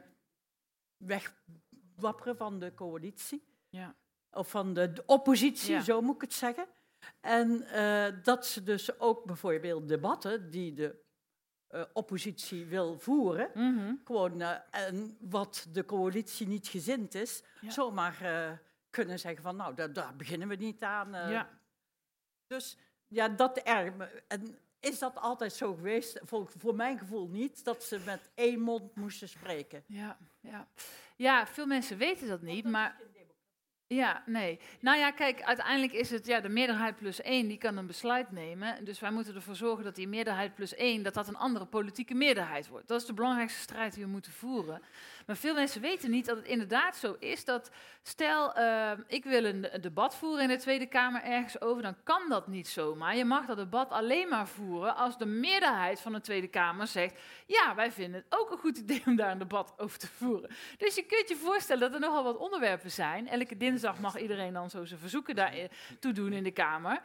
wegwapperen van de coalitie. Ja. Of van de oppositie, Ja. zo moet ik het zeggen. En dat ze dus ook bijvoorbeeld debatten die de oppositie wil voeren, gewoon en wat de coalitie niet gezind is, zomaar kunnen zeggen van nou, daar beginnen we niet aan. Ja. Dus ja, dat erg me. En is dat altijd zo geweest? Voor mijn gevoel niet, dat ze met 1 mond moesten spreken. Ja, veel mensen weten dat niet, maar ja, nee. Nou ja, kijk, uiteindelijk is het de meerderheid plus 1, die kan een besluit nemen. Dus wij moeten ervoor zorgen dat die meerderheid plus 1, dat een andere politieke meerderheid wordt. Dat is de belangrijkste strijd die we moeten voeren. Maar veel mensen weten niet dat het inderdaad zo is dat, stel, ik wil een debat voeren in de Tweede Kamer ergens over, dan kan dat niet zomaar. Je mag dat debat alleen maar voeren als de meerderheid van de Tweede Kamer zegt, ja, wij vinden het ook een goed idee om daar een debat over te voeren. Dus je kunt je voorstellen dat er nogal wat onderwerpen zijn. Elke dinsdag mag iedereen dan zo zijn verzoeken daartoe doen in de Kamer.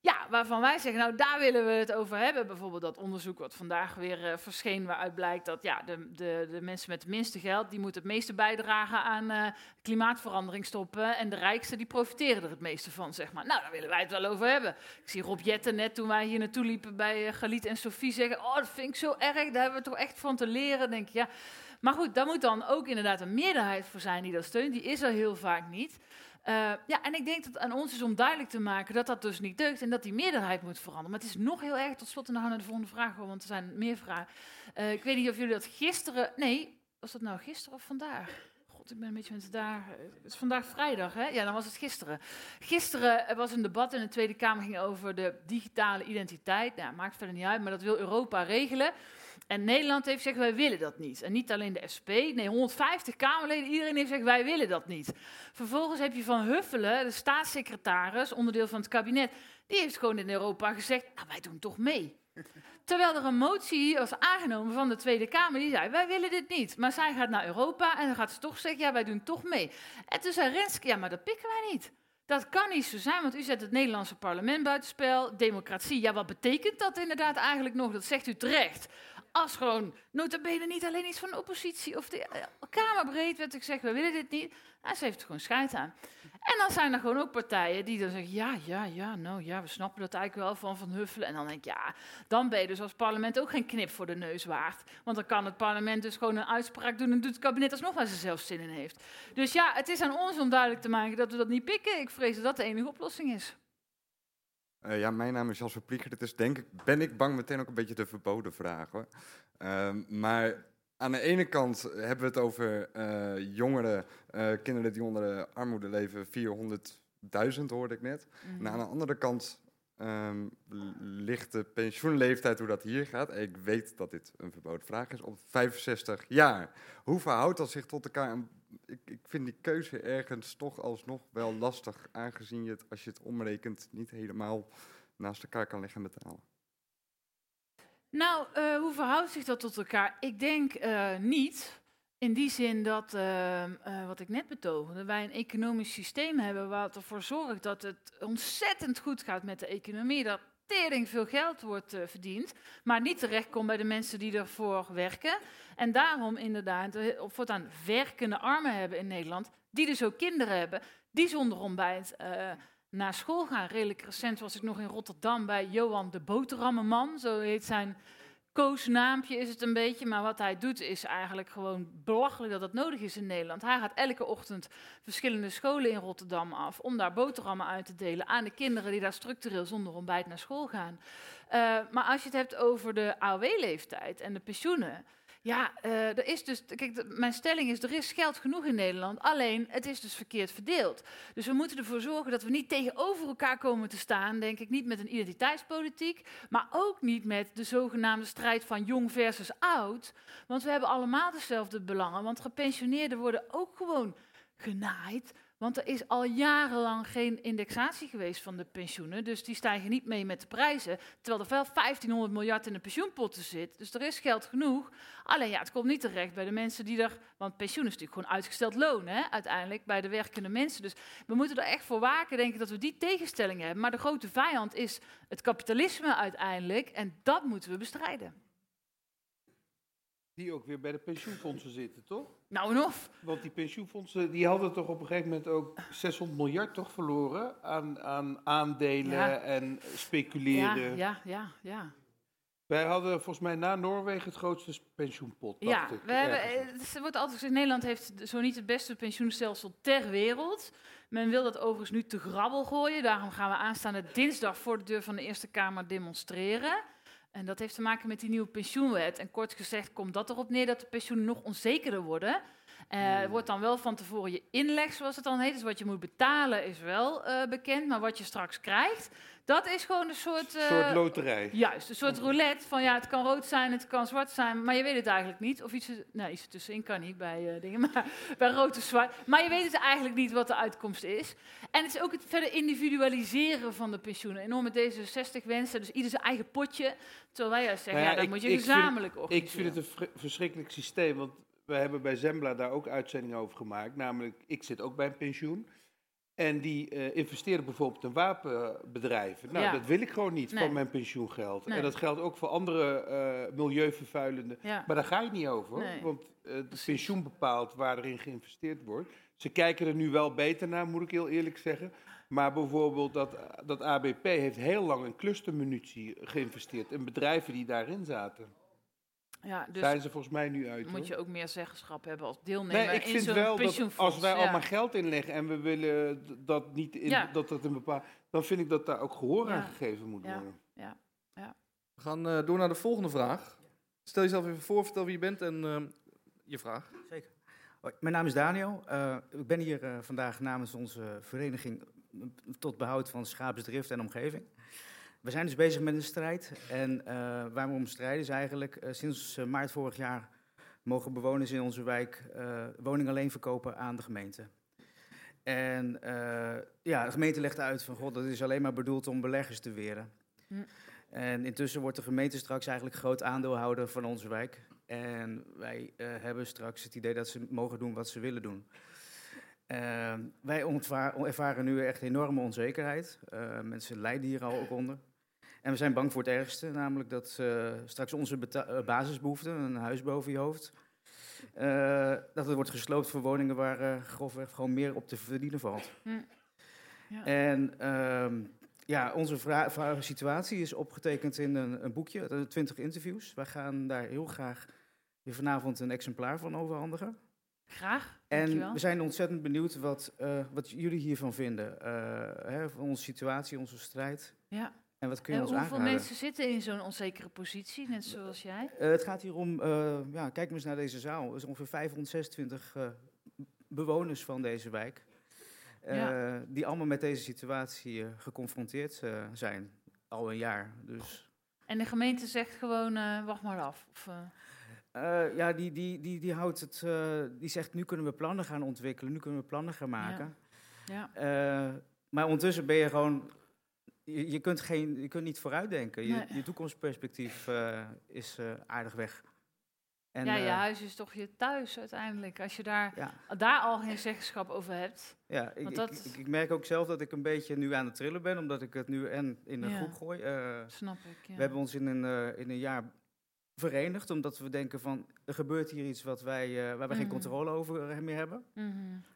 Ja, waarvan wij zeggen, nou daar willen we het over hebben. Bijvoorbeeld dat onderzoek wat vandaag weer verscheen, waaruit blijkt dat de mensen met het minste geld, die moeten het meeste bijdragen aan klimaatverandering stoppen. En de rijksten, die profiteren er het meeste van, zeg maar. Nou, daar willen wij het wel over hebben. Ik zie Rob Jetten net, toen wij hier naartoe liepen bij Galit en Sophie, zeggen, oh, dat vind ik zo erg, daar hebben we toch echt van te leren. Denk ik, ja. Maar goed, daar moet dan ook inderdaad een meerderheid voor zijn die dat steunt. Die is er heel vaak niet. En ik denk dat het aan ons is om duidelijk te maken dat dat dus niet deugt en dat die meerderheid moet veranderen. Maar het is nog heel erg, tot slot, en dan gaan we naar de volgende vraag, want er zijn meer vragen. Ik weet niet of jullie dat gisteren, nee, was dat nou gisteren of vandaag? God, ik ben een beetje met daar. Het is vandaag vrijdag, hè? Ja, dan was het gisteren. Gisteren was een debat in de Tweede Kamer, ging over de digitale identiteit. Nou, maakt verder niet uit, maar dat wil Europa regelen. En Nederland heeft gezegd, wij willen dat niet. En niet alleen de SP, nee, 150 Kamerleden, iedereen heeft gezegd, wij willen dat niet. Vervolgens heb je Van Huffelen, de staatssecretaris, onderdeel van het kabinet, die heeft gewoon in Europa gezegd, nou, wij doen toch mee. Terwijl er een motie was aangenomen van de Tweede Kamer, die zei, wij willen dit niet. Maar zij gaat naar Europa en dan gaat ze toch zeggen, ja, wij doen toch mee. En toen zei Renske, ja, maar dat pikken wij niet. Dat kan niet zo zijn, want u zet het Nederlandse parlement buitenspel. Democratie, ja, wat betekent dat inderdaad eigenlijk nog? Dat zegt u terecht. Als gewoon, nota bene, niet alleen iets van de oppositie of de Kamerbreed werd gezegd, we willen dit niet. Nou, ze heeft er gewoon scheid aan. En dan zijn er gewoon ook partijen die dan zeggen, we snappen dat eigenlijk wel van Huffelen. En dan denk ik, ja, dan ben je dus als parlement ook geen knip voor de neus waard. Want dan kan het parlement dus gewoon een uitspraak doen en doet het kabinet alsnog waar ze zelf zin in heeft. Dus ja, het is aan ons om duidelijk te maken dat we dat niet pikken. Ik vrees dat dat de enige oplossing is. Mijn naam is Jasper Plieger. Dit is ben ik bang meteen ook een beetje de verboden vraag, hoor. Maar aan de ene kant hebben we het over jongeren, kinderen die onder de armoede leven, 400.000 hoorde ik net. En aan de andere kant ligt de pensioenleeftijd, hoe dat hier gaat. Ik weet dat dit een verboden vraag is, op 65 jaar. Hoe verhoudt dat zich tot elkaar? Ik vind die keuze ergens toch alsnog wel lastig, aangezien je het, als je het omrekent, niet helemaal naast elkaar kan leggen en betalen. Nou, hoe verhoudt zich dat tot elkaar? Ik denk niet. In die zin dat, wat ik net betoogde, wij een economisch systeem hebben wat ervoor zorgt dat het ontzettend goed gaat met de economie. Dat tering veel geld wordt verdiend, maar niet terechtkomt bij de mensen die ervoor werken. En daarom inderdaad voortaan werkende armen hebben in Nederland, die dus ook kinderen hebben, die zonder ontbijt naar school gaan. Redelijk recent was ik nog in Rotterdam bij Johan de Boterhammenman, zo heet zijn koosnaampje is het een beetje, maar wat hij doet is eigenlijk gewoon belachelijk dat dat nodig is in Nederland. Hij gaat elke ochtend verschillende scholen in Rotterdam af om daar boterhammen uit te delen aan de kinderen die daar structureel zonder ontbijt naar school gaan. Maar als je het hebt over de AOW-leeftijd en de pensioenen, ja, er is dus, kijk, mijn stelling is, er is geld genoeg in Nederland, alleen het is dus verkeerd verdeeld. Dus we moeten ervoor zorgen dat we niet tegenover elkaar komen te staan, denk ik, niet met een identiteitspolitiek, maar ook niet met de zogenaamde strijd van jong versus oud. Want we hebben allemaal dezelfde belangen, want gepensioneerden worden ook gewoon genaaid. Want er is al jarenlang geen indexatie geweest van de pensioenen. Dus die stijgen niet mee met de prijzen. Terwijl er wel 1500 miljard in de pensioenpotten zit. Dus er is geld genoeg. Alleen ja, het komt niet terecht bij de mensen die er... Want pensioen is natuurlijk gewoon uitgesteld loon, hè, uiteindelijk, bij de werkende mensen. Dus we moeten er echt voor waken, denk ik, dat we die tegenstellingen hebben. Maar de grote vijand is het kapitalisme uiteindelijk. En dat moeten we bestrijden. Die ook weer bij de pensioenfondsen zitten, toch? Nou en of. Want die pensioenfondsen die hadden toch op een gegeven moment ook 600 miljard toch verloren aan aandelen en speculeren. Ja. Wij hadden volgens mij na Noorwegen het grootste pensioenpot, dacht ik. Het wordt altijd gezegd, Nederland heeft zo niet het beste pensioenstelsel ter wereld. Men wil dat overigens nu te grabbel gooien. Daarom gaan we aanstaande dinsdag voor de deur van de Eerste Kamer demonstreren. En dat heeft te maken met die nieuwe pensioenwet. En kort gezegd komt dat erop neer dat de pensioenen nog onzekerder worden. Wordt dan wel van tevoren je inleg, zoals het dan heet. Dus wat je moet betalen is wel bekend. Maar wat je straks krijgt, dat is gewoon een soort... soort loterij. Juist, een soort roulette van ja, het kan rood zijn, het kan zwart zijn. Maar je weet het eigenlijk niet. Of iets ertussenin kan niet bij dingen, maar bij rood of zwart. Maar je weet het eigenlijk niet wat de uitkomst is. En het is ook het verder individualiseren van de pensioenen. Enorm met D66 wensen, dus ieder zijn eigen potje. Terwijl wij juist zeggen, dat moet je gezamenlijk organiseren. Ik vind het een verschrikkelijk systeem, want we hebben bij Zembla daar ook uitzendingen over gemaakt. Namelijk, ik zit ook bij een pensioen. En die investeren bijvoorbeeld in wapenbedrijven. Nou, Ja. dat wil ik gewoon niet Nee. van mijn pensioengeld. Nee. En dat geldt ook voor andere milieuvervuilende. Ja. Maar daar ga je niet over. Nee. Want het pensioen bepaalt waar erin geïnvesteerd wordt. Ze kijken er nu wel beter naar, moet ik heel eerlijk zeggen. Maar bijvoorbeeld dat ABP heeft heel lang in clustermunitie geïnvesteerd. In bedrijven die daarin zaten. Ja, dus Zijn ze volgens mij nu uit. moet hoor. je ook meer zeggenschap hebben als deelnemer Nee, ik in vind zo'n wel dat pensioenfonds. als wij Ja. allemaal geld inleggen en we willen dat niet in, Ja. dat een bepaald, dan vind ik dat daar ook gehoor Ja. aan gegeven moet Ja. worden. We gaan door naar de volgende vraag. Stel jezelf even voor, vertel wie je bent en je vraag. Zeker. Hoi, mijn naam is Daniel. Ik ben hier vandaag namens onze vereniging tot behoud van schaapsdrift en omgeving. We zijn dus bezig met een strijd. En waar we om strijden is eigenlijk, sinds maart vorig jaar mogen bewoners in onze wijk woning alleen verkopen aan de gemeente. En de gemeente legt uit van, god, dat is alleen maar bedoeld om beleggers te weren. Hm. En intussen wordt de gemeente straks eigenlijk groot aandeelhouder van onze wijk. En wij hebben straks het idee dat ze mogen doen wat ze willen doen. Wij ervaren nu echt enorme onzekerheid. Mensen lijden hier al ook onder. En we zijn bang voor het ergste, namelijk dat straks onze basisbehoeften, een huis boven je hoofd, dat het wordt gesloopt voor woningen waar grofweg gewoon meer op te verdienen valt. Hm. Ja. En onze situatie is opgetekend in een boekje, 20 interviews. Wij gaan daar heel graag je vanavond een exemplaar van overhandigen. Graag, En dankjewel. we zijn ontzettend benieuwd wat jullie hiervan vinden. Van onze situatie, onze strijd. Ja. En wat kun je En ons hoeveel aanraden? mensen zitten in zo'n onzekere positie, net zoals jij? Het gaat hier om, kijk maar eens naar deze zaal. Er zijn ongeveer 526 bewoners van deze wijk. Die allemaal met deze situatie geconfronteerd zijn. Al een jaar. Dus. En de gemeente zegt gewoon, wacht maar af. Of, Die houdt het. Die zegt, nu kunnen we plannen gaan ontwikkelen, nu kunnen we plannen gaan maken. ja. Maar ondertussen ben je gewoon. Je kunt niet vooruitdenken. Nee. Je toekomstperspectief is aardig weg. En, Ja, je huis is toch je thuis uiteindelijk. Als je daar al geen zeggenschap over hebt. Ja, Want dat- ik merk ook zelf dat ik een beetje nu aan het trillen ben, omdat ik het nu in een Ja. groep gooi. Snap ik, ja. We hebben ons in een jaar verenigd, omdat we denken van, er gebeurt hier iets waar we geen controle over meer hebben. Mhm.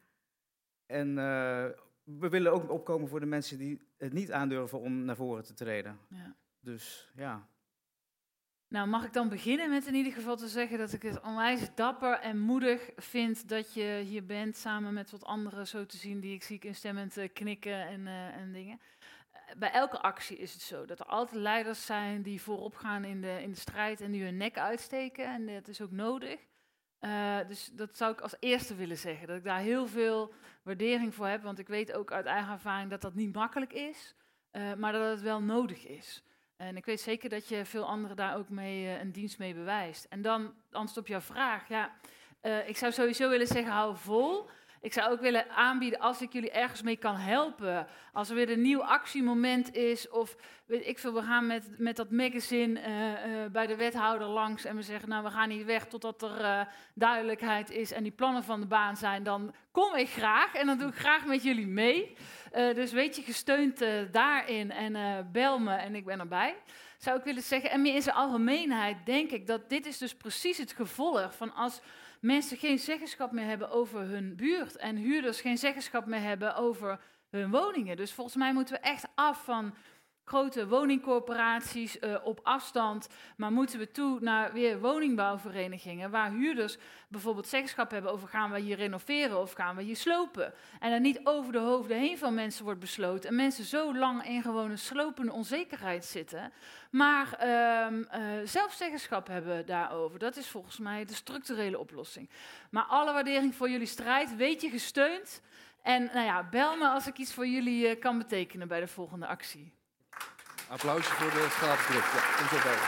En we willen ook opkomen voor de mensen die het niet aandurven om naar voren te treden. Ja. Dus ja. Nou, mag ik dan beginnen met in ieder geval te zeggen dat ik het onwijs dapper en moedig vind dat je hier bent, samen met wat anderen zo te zien die ik zie instemmend knikken en dingen. Bij elke actie is het zo dat er altijd leiders zijn die voorop gaan in de strijd en die hun nek uitsteken. En dat is ook nodig. Dus dat zou ik als eerste willen zeggen. Dat ik daar heel veel waardering voor heb. Want ik weet ook uit eigen ervaring dat dat niet makkelijk is. Maar dat het wel nodig is. En ik weet zeker dat je veel anderen daar ook mee een dienst mee bewijst. En dan antwoord op jouw vraag. Ja, ik zou sowieso willen zeggen, hou vol. Ik zou ook willen aanbieden, als ik jullie ergens mee kan helpen. Als er weer een nieuw actiemoment is. Of weet ik veel, we gaan met dat magazine bij de wethouder langs. En we zeggen, nou we gaan niet weg totdat er duidelijkheid is. En die plannen van de baan zijn. Dan kom ik graag. En dan doe ik graag met jullie mee. Dus weet je, gesteund daarin. En bel me en ik ben erbij. Zou ik willen zeggen. En meer in zijn algemeenheid denk ik dat dit is dus precies het gevolg van als mensen geen zeggenschap meer hebben over hun buurt en huurders geen zeggenschap meer hebben over hun woningen. Dus volgens mij moeten we echt af van grote woningcorporaties op afstand, maar moeten we toe naar weer woningbouwverenigingen waar huurders bijvoorbeeld zeggenschap hebben over gaan we hier renoveren of gaan we hier slopen. En er niet over de hoofden heen van mensen wordt besloten en mensen zo lang in gewoon een slopende onzekerheid zitten, maar zelf zeggenschap hebben daarover. Dat is volgens mij de structurele oplossing. Maar alle waardering voor jullie strijd, weet je gesteund. En nou ja, bel me als ik iets voor jullie kan betekenen bij de volgende actie. Applausje voor de schaapsdrift. Ja, komt zo bij.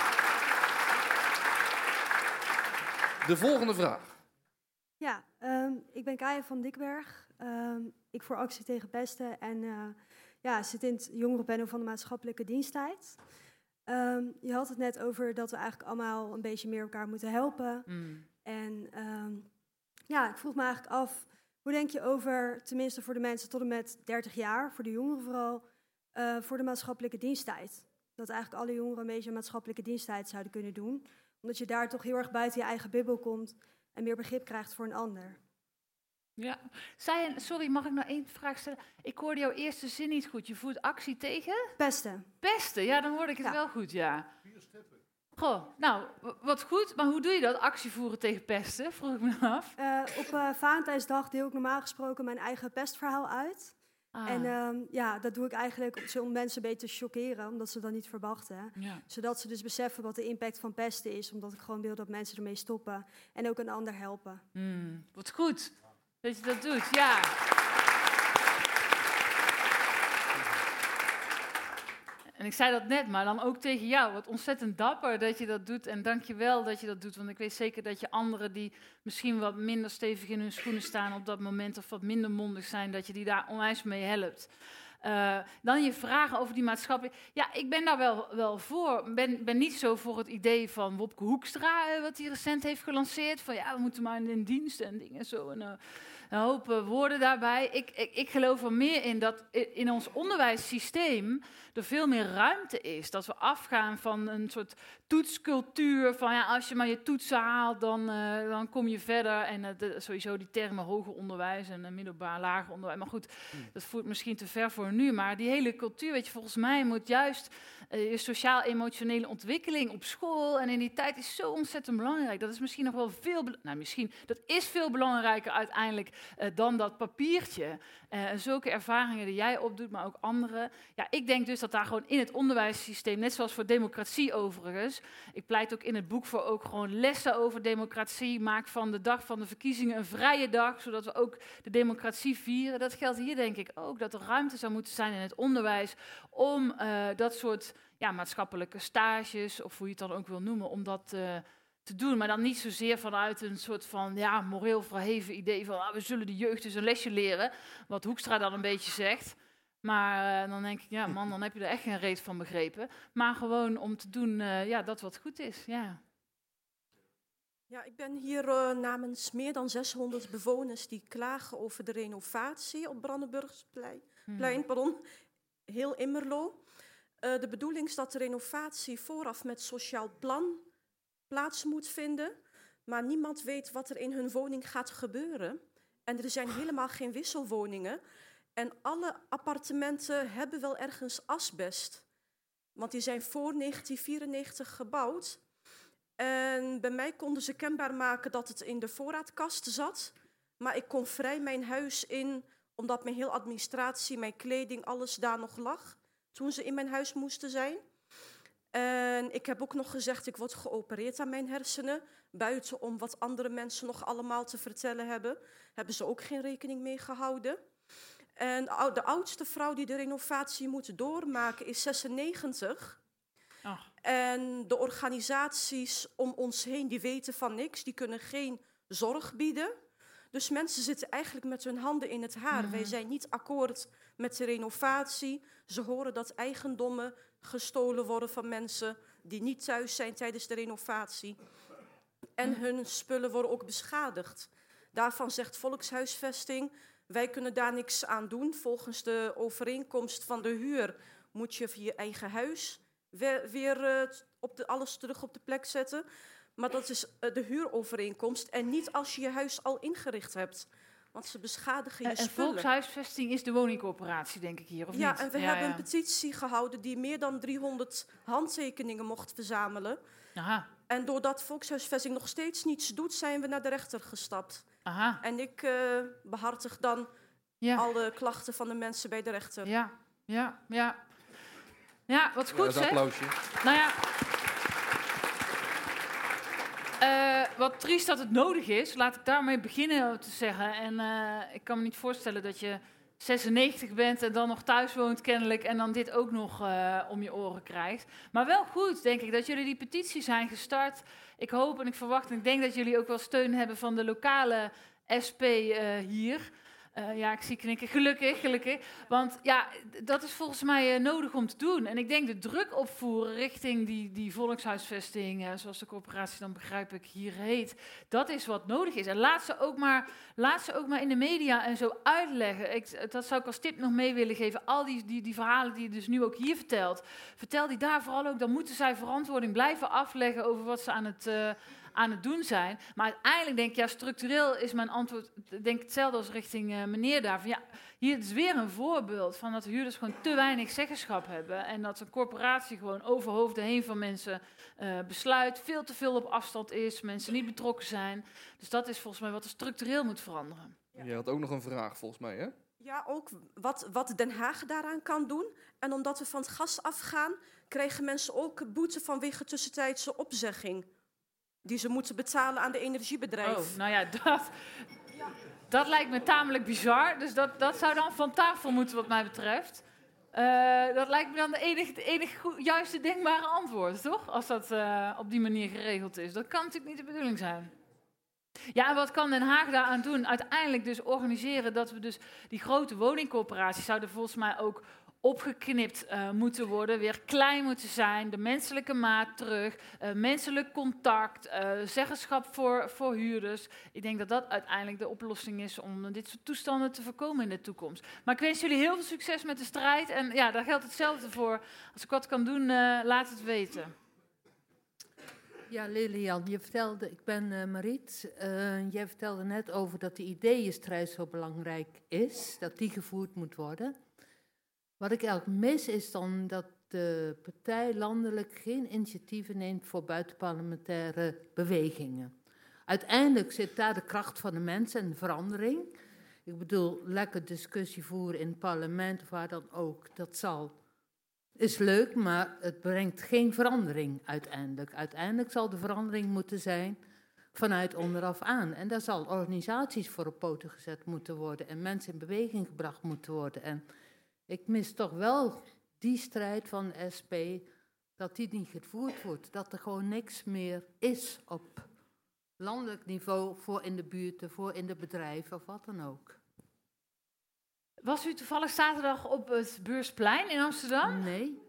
De volgende vraag. Ja, ik ben Kaya van Dikberg. Ik voer actie tegen pesten en zit in het jongerenpanel van de maatschappelijke diensttijd. Je had het net over dat we eigenlijk allemaal een beetje meer elkaar moeten helpen. En ik vroeg me eigenlijk af, Hoe denk je over, tenminste voor de mensen tot en met 30 jaar, voor de jongeren vooral, voor de maatschappelijke diensttijd? Dat eigenlijk alle jongeren een beetje maatschappelijke diensttijd zouden kunnen doen. Omdat je daar toch heel erg buiten je eigen bubbel komt en meer begrip krijgt voor een ander. Ja. Sorry, mag ik nog één vraag stellen? Ik hoorde jouw eerste zin niet goed. Je voert actie tegen? Pesten. Pesten, ja, dan hoorde ik het Ja. wel goed, ja. Goh, nou, wat goed. Maar hoe doe je dat, actie voeren tegen pesten? Vroeg ik me af. Op Valentijnsdag deel ik normaal gesproken mijn eigen pestverhaal uit. Ah, En dat doe ik eigenlijk om mensen een beetje te chockeren, omdat ze dat niet verwachten. ja. Zodat ze dus beseffen wat de impact van pesten is, omdat ik gewoon wil dat mensen ermee stoppen en ook een ander helpen. Wat goed dat je dat doet, ja. En ik zei dat net, maar dan ook tegen jou. Wat ontzettend dapper dat je dat doet. En dank je wel dat je dat doet. Want ik weet zeker dat je anderen die misschien wat minder stevig in hun schoenen staan op dat moment, of wat minder mondig zijn, dat je die daar onwijs mee helpt. Dan je vragen over die maatschappij. Ja, ik ben daar wel voor. Ben niet zo voor het idee van Wopke Hoekstra, wat hij recent heeft gelanceerd. Van ja, we moeten maar in dienst en dingen zo. En een hoop woorden daarbij. Ik geloof er meer in dat in ons onderwijssysteem er veel meer ruimte is. Dat we afgaan van een soort toetscultuur. Van ja, als je maar je toetsen haalt, dan kom je verder. En sowieso die termen hoger onderwijs en middelbaar, lager onderwijs. Maar goed, dat voert misschien te ver voor nu. Maar die hele cultuur, weet je, volgens mij moet juist je sociaal-emotionele ontwikkeling op school en in die tijd is zo ontzettend belangrijk. Dat is misschien nog wel dat is veel belangrijker uiteindelijk dan dat papiertje. Zulke ervaringen die jij opdoet, maar ook anderen. Ja, ik denk dus dat daar gewoon in het onderwijssysteem, net zoals voor democratie overigens, ik pleit ook in het boek voor ook gewoon lessen over democratie. Maak van de dag van de verkiezingen een vrije dag, zodat we ook de democratie vieren. Dat geldt hier denk ik ook, dat er ruimte zou moeten zijn in het onderwijs om dat soort maatschappelijke stages, of hoe je het dan ook wil noemen, om dat te doen. Maar dan niet zozeer vanuit een soort van moreel verheven idee van we zullen de jeugd dus een lesje leren, wat Hoekstra dan een beetje zegt. Maar dan denk ik, ja man, dan heb je er echt geen reet van begrepen. Maar gewoon om te doen dat wat goed is, ja. Ja, ik ben hier namens meer dan 600 bewoners die klagen over de renovatie op Brandenburgsplein. Heel Immerlo. De bedoeling is dat de renovatie vooraf met sociaal plan plaats moet vinden. Maar niemand weet wat er in hun woning gaat gebeuren. En er zijn helemaal geen wisselwoningen. En alle appartementen hebben wel ergens asbest. Want die zijn voor 1994 gebouwd. En bij mij konden ze kenbaar maken dat het in de voorraadkast zat. Maar ik kon vrij mijn huis in, omdat mijn hele administratie, mijn kleding, alles daar nog lag. Toen ze in mijn huis moesten zijn. En ik heb ook nog gezegd, ik word geopereerd aan mijn hersenen. Buiten om wat andere mensen nog allemaal te vertellen hebben ze ook geen rekening mee gehouden. En de oudste vrouw die de renovatie moet doormaken is 96. Oh. En de organisaties om ons heen, die weten van niks. Die kunnen geen zorg bieden. Dus mensen zitten eigenlijk met hun handen in het haar. Wij zijn niet akkoord met de renovatie. Ze horen dat eigendommen gestolen worden van mensen die niet thuis zijn tijdens de renovatie. En hun spullen worden ook beschadigd. Daarvan zegt Volkshuisvesting, wij kunnen daar niks aan doen. Volgens de overeenkomst van de huur moet je je eigen huis weer alles terug op de plek zetten. Maar dat is de huurovereenkomst en niet als je je huis al ingericht hebt. Want ze beschadigen je spullen. En Volkshuisvesting is de woningcorporatie, denk ik hier, of niet? Ja, en we hebben een petitie gehouden die meer dan 300 handtekeningen mocht verzamelen. Aha. En doordat Volkshuisvesting nog steeds niets doet, zijn we naar de rechter gestapt. Aha. En ik behartig dan alle klachten van de mensen bij de rechter. Ja, wat goed, een applausje. Nou ja... wat triest dat het nodig is, laat ik daarmee beginnen te zeggen. En ik kan me niet voorstellen dat je 96 bent en dan nog thuis woont kennelijk en dan dit ook nog om je oren krijgt. Maar wel goed, denk ik, dat jullie die petitie zijn gestart. Ik hoop en ik verwacht en ik denk dat jullie ook wel steun hebben van de lokale SP hier. Ja, ik zie knikken. Gelukkig. Want ja, dat is volgens mij nodig om te doen. En ik denk de druk opvoeren richting die volkshuisvesting, zoals de corporatie dan begrijp ik hier heet, dat is wat nodig is. En laat ze ook maar in de media en zo uitleggen. Dat zou ik als tip nog mee willen geven. Al die verhalen die je dus nu ook hier vertelt, vertel die daar vooral ook. Dan moeten zij verantwoording blijven afleggen over wat ze aan het doen zijn. Maar uiteindelijk denk ik, ja, structureel is mijn antwoord, denk hetzelfde als richting meneer daar. Van, ja, hier is weer een voorbeeld van dat huurders gewoon te weinig zeggenschap hebben en dat een corporatie gewoon over hoofden heen van mensen besluit, veel te veel op afstand is, mensen niet betrokken zijn. Dus dat is volgens mij wat er structureel moet veranderen. Je had ook nog een vraag volgens mij, hè? Ja, ook wat Den Haag daaraan kan doen. En omdat we van het gas afgaan, kregen mensen ook boete vanwege tussentijdse opzegging die ze moeten betalen aan de energiebedrijf. Oh, nou ja, dat lijkt me tamelijk bizar. Dus dat zou dan van tafel moeten wat mij betreft. Dat lijkt me dan de enige juiste denkbare antwoord, toch? Als dat op die manier geregeld is. Dat kan natuurlijk niet de bedoeling zijn. Ja, en wat kan Den Haag daaraan doen? Uiteindelijk dus organiseren dat we dus die grote woningcorporaties zouden volgens mij ook opgeknipt moeten worden, weer klein moeten zijn, de menselijke maat terug, menselijk contact, zeggenschap voor huurders. Ik denk dat dat uiteindelijk de oplossing is om dit soort toestanden te voorkomen in de toekomst. Maar ik wens jullie heel veel succes met de strijd en ja, daar geldt hetzelfde voor. Als ik wat kan doen, laat het weten. Ja, Lilian, je vertelde, ik ben Mariet, jij vertelde net over dat de ideeënstrijd zo belangrijk is, dat die gevoerd moet worden. Wat ik eigenlijk mis is dan dat de partij landelijk geen initiatieven neemt voor buitenparlementaire bewegingen. Uiteindelijk zit daar de kracht van de mensen en de verandering. Ik bedoel, lekker discussie voeren in het parlement of waar dan ook, is leuk, maar het brengt geen verandering uiteindelijk. Uiteindelijk zal de verandering moeten zijn vanuit onderaf aan. En daar zal organisaties voor op poten gezet moeten worden en mensen in beweging gebracht moeten worden. En ik mis toch wel die strijd van de SP, dat die niet gevoerd wordt. Dat er gewoon niks meer is op landelijk niveau voor in de buurten, voor in de bedrijven of wat dan ook. Was u toevallig zaterdag op het Beursplein in Amsterdam? Nee.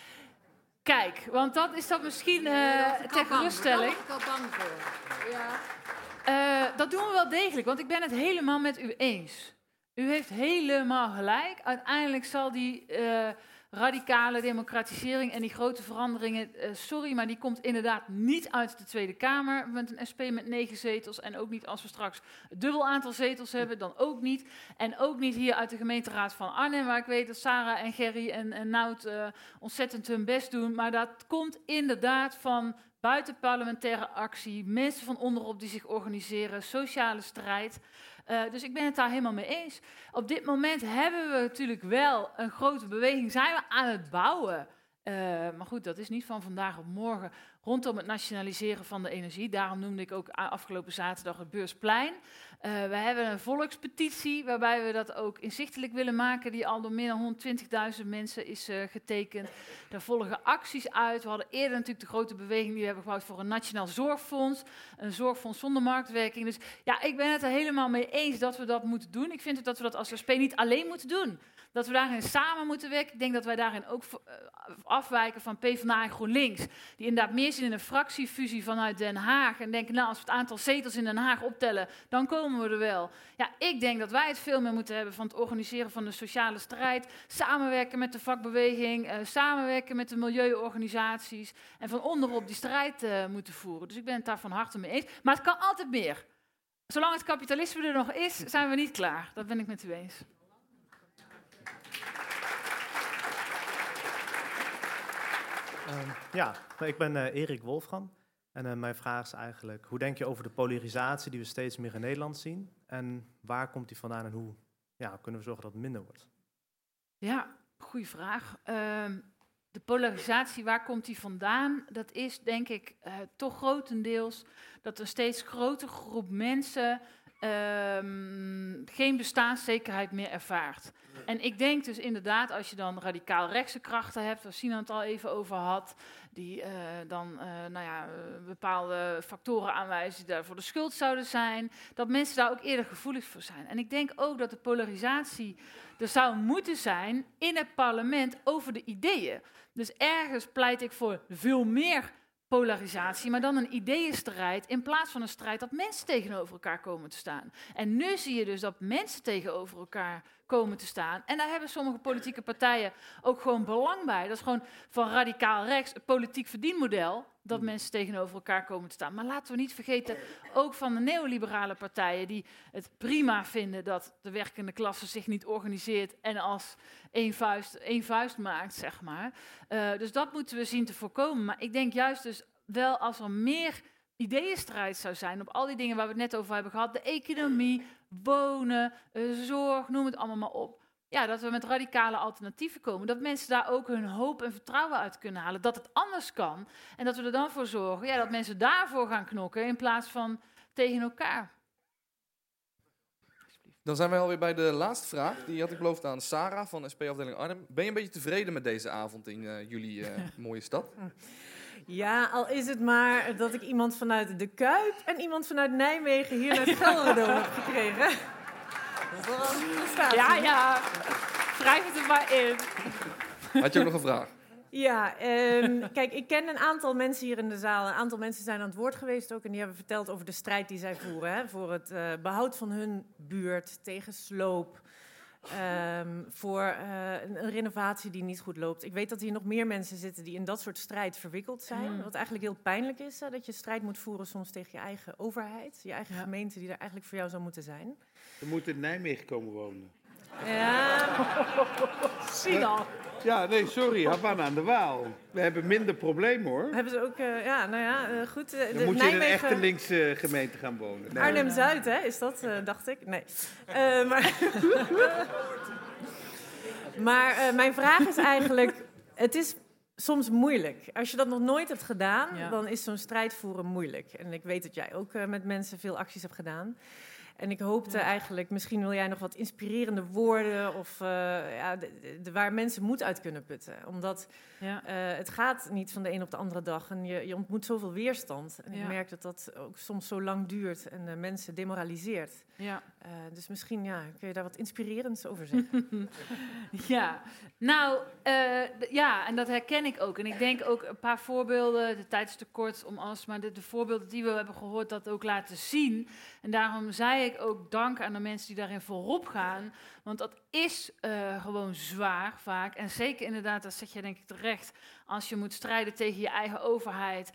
Kijk, want dat is dat misschien ter geruststelling. Daar ben ik al bang voor. Ja. Dat doen we wel degelijk, want ik ben het helemaal met u eens. U heeft helemaal gelijk. Uiteindelijk zal die radicale democratisering en die grote veranderingen, sorry, maar die komt inderdaad niet uit de Tweede Kamer met een SP met 9 zetels en ook niet als we straks het dubbel aantal zetels hebben, dan ook niet. En ook niet hier uit de gemeenteraad van Arnhem, waar ik weet dat Sarah en Gerry en Nout ontzettend hun best doen, maar dat komt inderdaad van buitenparlementaire actie, mensen van onderop die zich organiseren, sociale strijd. Dus ik ben het daar helemaal mee eens. Op dit moment hebben we natuurlijk wel een grote beweging, zijn we aan het bouwen. Maar goed, dat is niet van vandaag op morgen rondom het nationaliseren van de energie. Daarom noemde ik ook afgelopen zaterdag het Beursplein. We hebben een volkspetitie waarbij we dat ook inzichtelijk willen maken, die al door meer dan 120.000 mensen is getekend. Daar volgen acties uit. We hadden eerder natuurlijk de grote beweging die we hebben gebouwd voor een nationaal zorgfonds. Een zorgfonds zonder marktwerking. Dus ja, ik ben het er helemaal mee eens dat we dat moeten doen. Ik vind ook dat we dat als SP niet alleen moeten doen. Dat we daarin samen moeten werken. Ik denk dat wij daarin ook afwijken van PvdA en GroenLinks. Die inderdaad meer zien in een fractiefusie vanuit Den Haag. En denken, nou, als we het aantal zetels in Den Haag optellen, dan komen we er wel. Ja, ik denk dat wij het veel meer moeten hebben van het organiseren van de sociale strijd. Samenwerken met de vakbeweging. Samenwerken met de milieuorganisaties. En van onderop die strijd moeten voeren. Dus ik ben het daar van harte mee eens. Maar het kan altijd meer. Zolang het kapitalisme er nog is, zijn we niet klaar. Dat ben ik met u eens. Ja, ik ben Erik Wolfram en mijn vraag is eigenlijk, hoe denk je over de polarisatie die we steeds meer in Nederland zien en waar komt die vandaan en hoe kunnen we zorgen dat het minder wordt? Ja, goede vraag. De polarisatie, waar komt die vandaan? Dat is denk ik toch grotendeels dat een steeds grotere groep mensen geen bestaanszekerheid meer ervaart. En ik denk dus inderdaad, als je dan radicaal rechtse krachten hebt, waar Sinan het al even over had, die bepaalde factoren aanwijzen die daarvoor de schuld zouden zijn, dat mensen daar ook eerder gevoelig voor zijn. En ik denk ook dat de polarisatie er zou moeten zijn in het parlement over de ideeën. Dus ergens pleit ik voor veel meer polarisatie, maar dan een ideeënstrijd in plaats van een strijd dat mensen tegenover elkaar komen te staan. En nu zie je dus dat mensen tegenover elkaar komen te staan. En daar hebben sommige politieke partijen ook gewoon belang bij. Dat is gewoon van radicaal rechts een politiek verdienmodel, dat mensen tegenover elkaar komen te staan. Maar laten we niet vergeten, ook van de neoliberale partijen die het prima vinden dat de werkende klasse zich niet organiseert en als één vuist maakt, zeg maar. Dus dat moeten we zien te voorkomen. Maar ik denk juist dus wel als er meer ideeënstrijd zou zijn op al die dingen waar we het net over hebben gehad, de economie, wonen, zorg, noem het allemaal maar op. Ja, dat we met radicale alternatieven komen. Dat mensen daar ook hun hoop en vertrouwen uit kunnen halen. Dat het anders kan. En dat we er dan voor zorgen dat mensen daarvoor gaan knokken in plaats van tegen elkaar. Dan zijn wij alweer bij de laatste vraag. Die had ik beloofd aan Sarah van SP-afdeling Arnhem. Ben je een beetje tevreden met deze avond in jullie mooie stad? Ja, al is het maar dat ik iemand vanuit De Kuip en iemand vanuit Nijmegen hier naar het Gelderdoom heb gekregen. Dat is wel een prestatie. Ja, schrijf het er maar in. Had je ook nog een vraag? Ja, kijk, ik ken een aantal mensen hier in de zaal. Een aantal mensen zijn aan het woord geweest ook. En die hebben verteld over de strijd die zij voeren. Hè, voor het behoud van hun buurt, tegen sloop. Voor een renovatie die niet goed loopt. Ik weet dat hier nog meer mensen zitten die in dat soort strijd verwikkeld zijn. Wat eigenlijk heel pijnlijk is, dat je strijd moet voeren soms tegen je eigen overheid. Je eigen gemeente die er eigenlijk voor jou zou moeten zijn. We moeten in Nijmegen komen wonen. Ja. Sinan. Ja, nee, sorry, Havana aan de Waal. We hebben minder problemen, hoor. Hebben ze ook, goed. Dan moet je in een echte linkse gemeente gaan wonen. Nee. Arnhem-Zuid, hè, is dat, dacht ik? Nee. Maar mijn vraag is eigenlijk, het is soms moeilijk. Als je dat nog nooit hebt gedaan, dan is zo'n strijd voeren moeilijk. En ik weet dat jij ook met mensen veel acties hebt gedaan. En ik hoopte eigenlijk, misschien wil jij nog wat inspirerende woorden of waar mensen moed uit kunnen putten. Omdat het gaat niet van de een op de andere dag en je ontmoet zoveel weerstand. En ik merk dat dat ook soms zo lang duurt en mensen demoraliseert. Ja. Dus misschien kun je daar wat inspirerends over zeggen. Ja, nou, en dat herken ik ook. En ik denk ook een paar voorbeelden, de tijd is te kort om alles, maar de voorbeelden die we hebben gehoord, dat ook laten zien. En daarom zei ik ook dank aan de mensen die daarin voorop gaan. Want dat is gewoon zwaar vaak. En zeker inderdaad, dat zeg je denk ik terecht, als je moet strijden tegen je eigen overheid.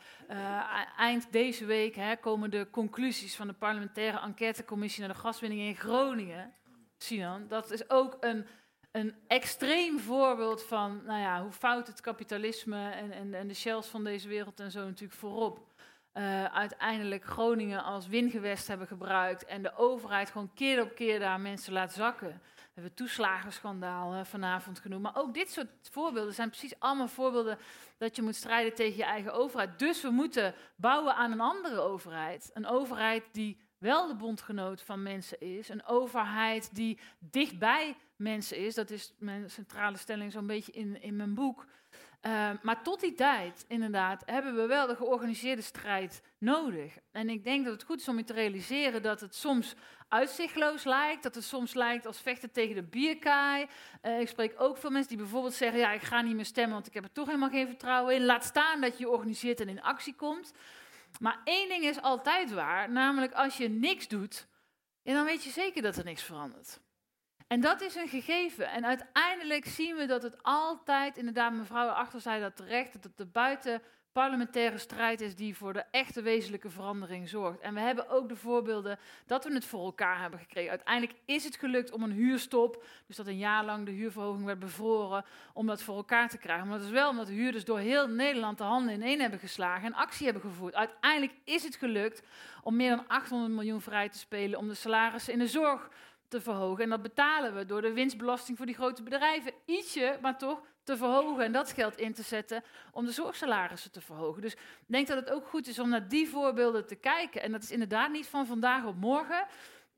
Eind deze week komen de conclusies van de parlementaire enquêtecommissie naar de gaswinning in Groningen. Sinan, dat is ook een extreem voorbeeld van hoe fout het kapitalisme en de shells van deze wereld en zo natuurlijk voorop. Uiteindelijk Groningen als wingewest hebben gebruikt en de overheid gewoon keer op keer daar mensen laat zakken. We hebben het toeslagenschandaal vanavond genoemd. Maar ook dit soort voorbeelden zijn precies allemaal voorbeelden dat je moet strijden tegen je eigen overheid. Dus we moeten bouwen aan een andere overheid. Een overheid die wel de bondgenoot van mensen is. Een overheid die dichtbij mensen is. Dat is mijn centrale stelling zo'n beetje in mijn boek. Maar tot die tijd, inderdaad, hebben we wel de georganiseerde strijd nodig. En ik denk dat het goed is om je te realiseren dat het soms uitzichtloos lijkt. Dat het soms lijkt als vechten tegen de bierkaai. Ik spreek ook veel mensen die bijvoorbeeld zeggen, ik ga niet meer stemmen, want ik heb er toch helemaal geen vertrouwen in. Laat staan dat je je organiseert en in actie komt. Maar één ding is altijd waar, namelijk als je niks doet, dan weet je zeker dat er niks verandert. En dat is een gegeven. En uiteindelijk zien we dat het altijd, inderdaad, mevrouw erachter zei dat terecht, dat het de buitenparlementaire strijd is die voor de echte wezenlijke verandering zorgt. En we hebben ook de voorbeelden dat we het voor elkaar hebben gekregen. Uiteindelijk is het gelukt om een huurstop, dus dat een jaar lang de huurverhoging werd bevroren, om dat voor elkaar te krijgen. Maar dat is wel omdat de huurders door heel Nederland de handen ineen hebben geslagen en actie hebben gevoerd. Uiteindelijk is het gelukt om meer dan 800 miljoen vrij te spelen om de salarissen in de zorg te verhogen. En dat betalen we door de winstbelasting voor die grote bedrijven ietsje, maar toch te verhogen en dat geld in te zetten om de zorgsalarissen te verhogen. Dus ik denk dat het ook goed is om naar die voorbeelden te kijken. En dat is inderdaad niet van vandaag op morgen.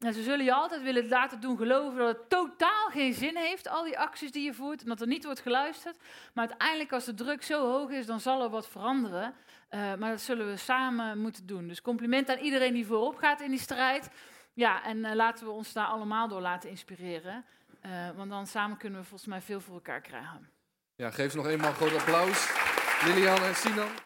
En ze zullen je altijd willen laten doen geloven dat het totaal geen zin heeft, al die acties die je voert, en dat er niet wordt geluisterd. Maar uiteindelijk, als de druk zo hoog is, dan zal er wat veranderen. Maar dat zullen we samen moeten doen. Dus compliment aan iedereen die voorop gaat in die strijd. Ja, en laten we ons daar allemaal door laten inspireren. Want dan samen kunnen we volgens mij veel voor elkaar krijgen. Ja, geef ze nog eenmaal een groot applaus. Lilian en Sinan.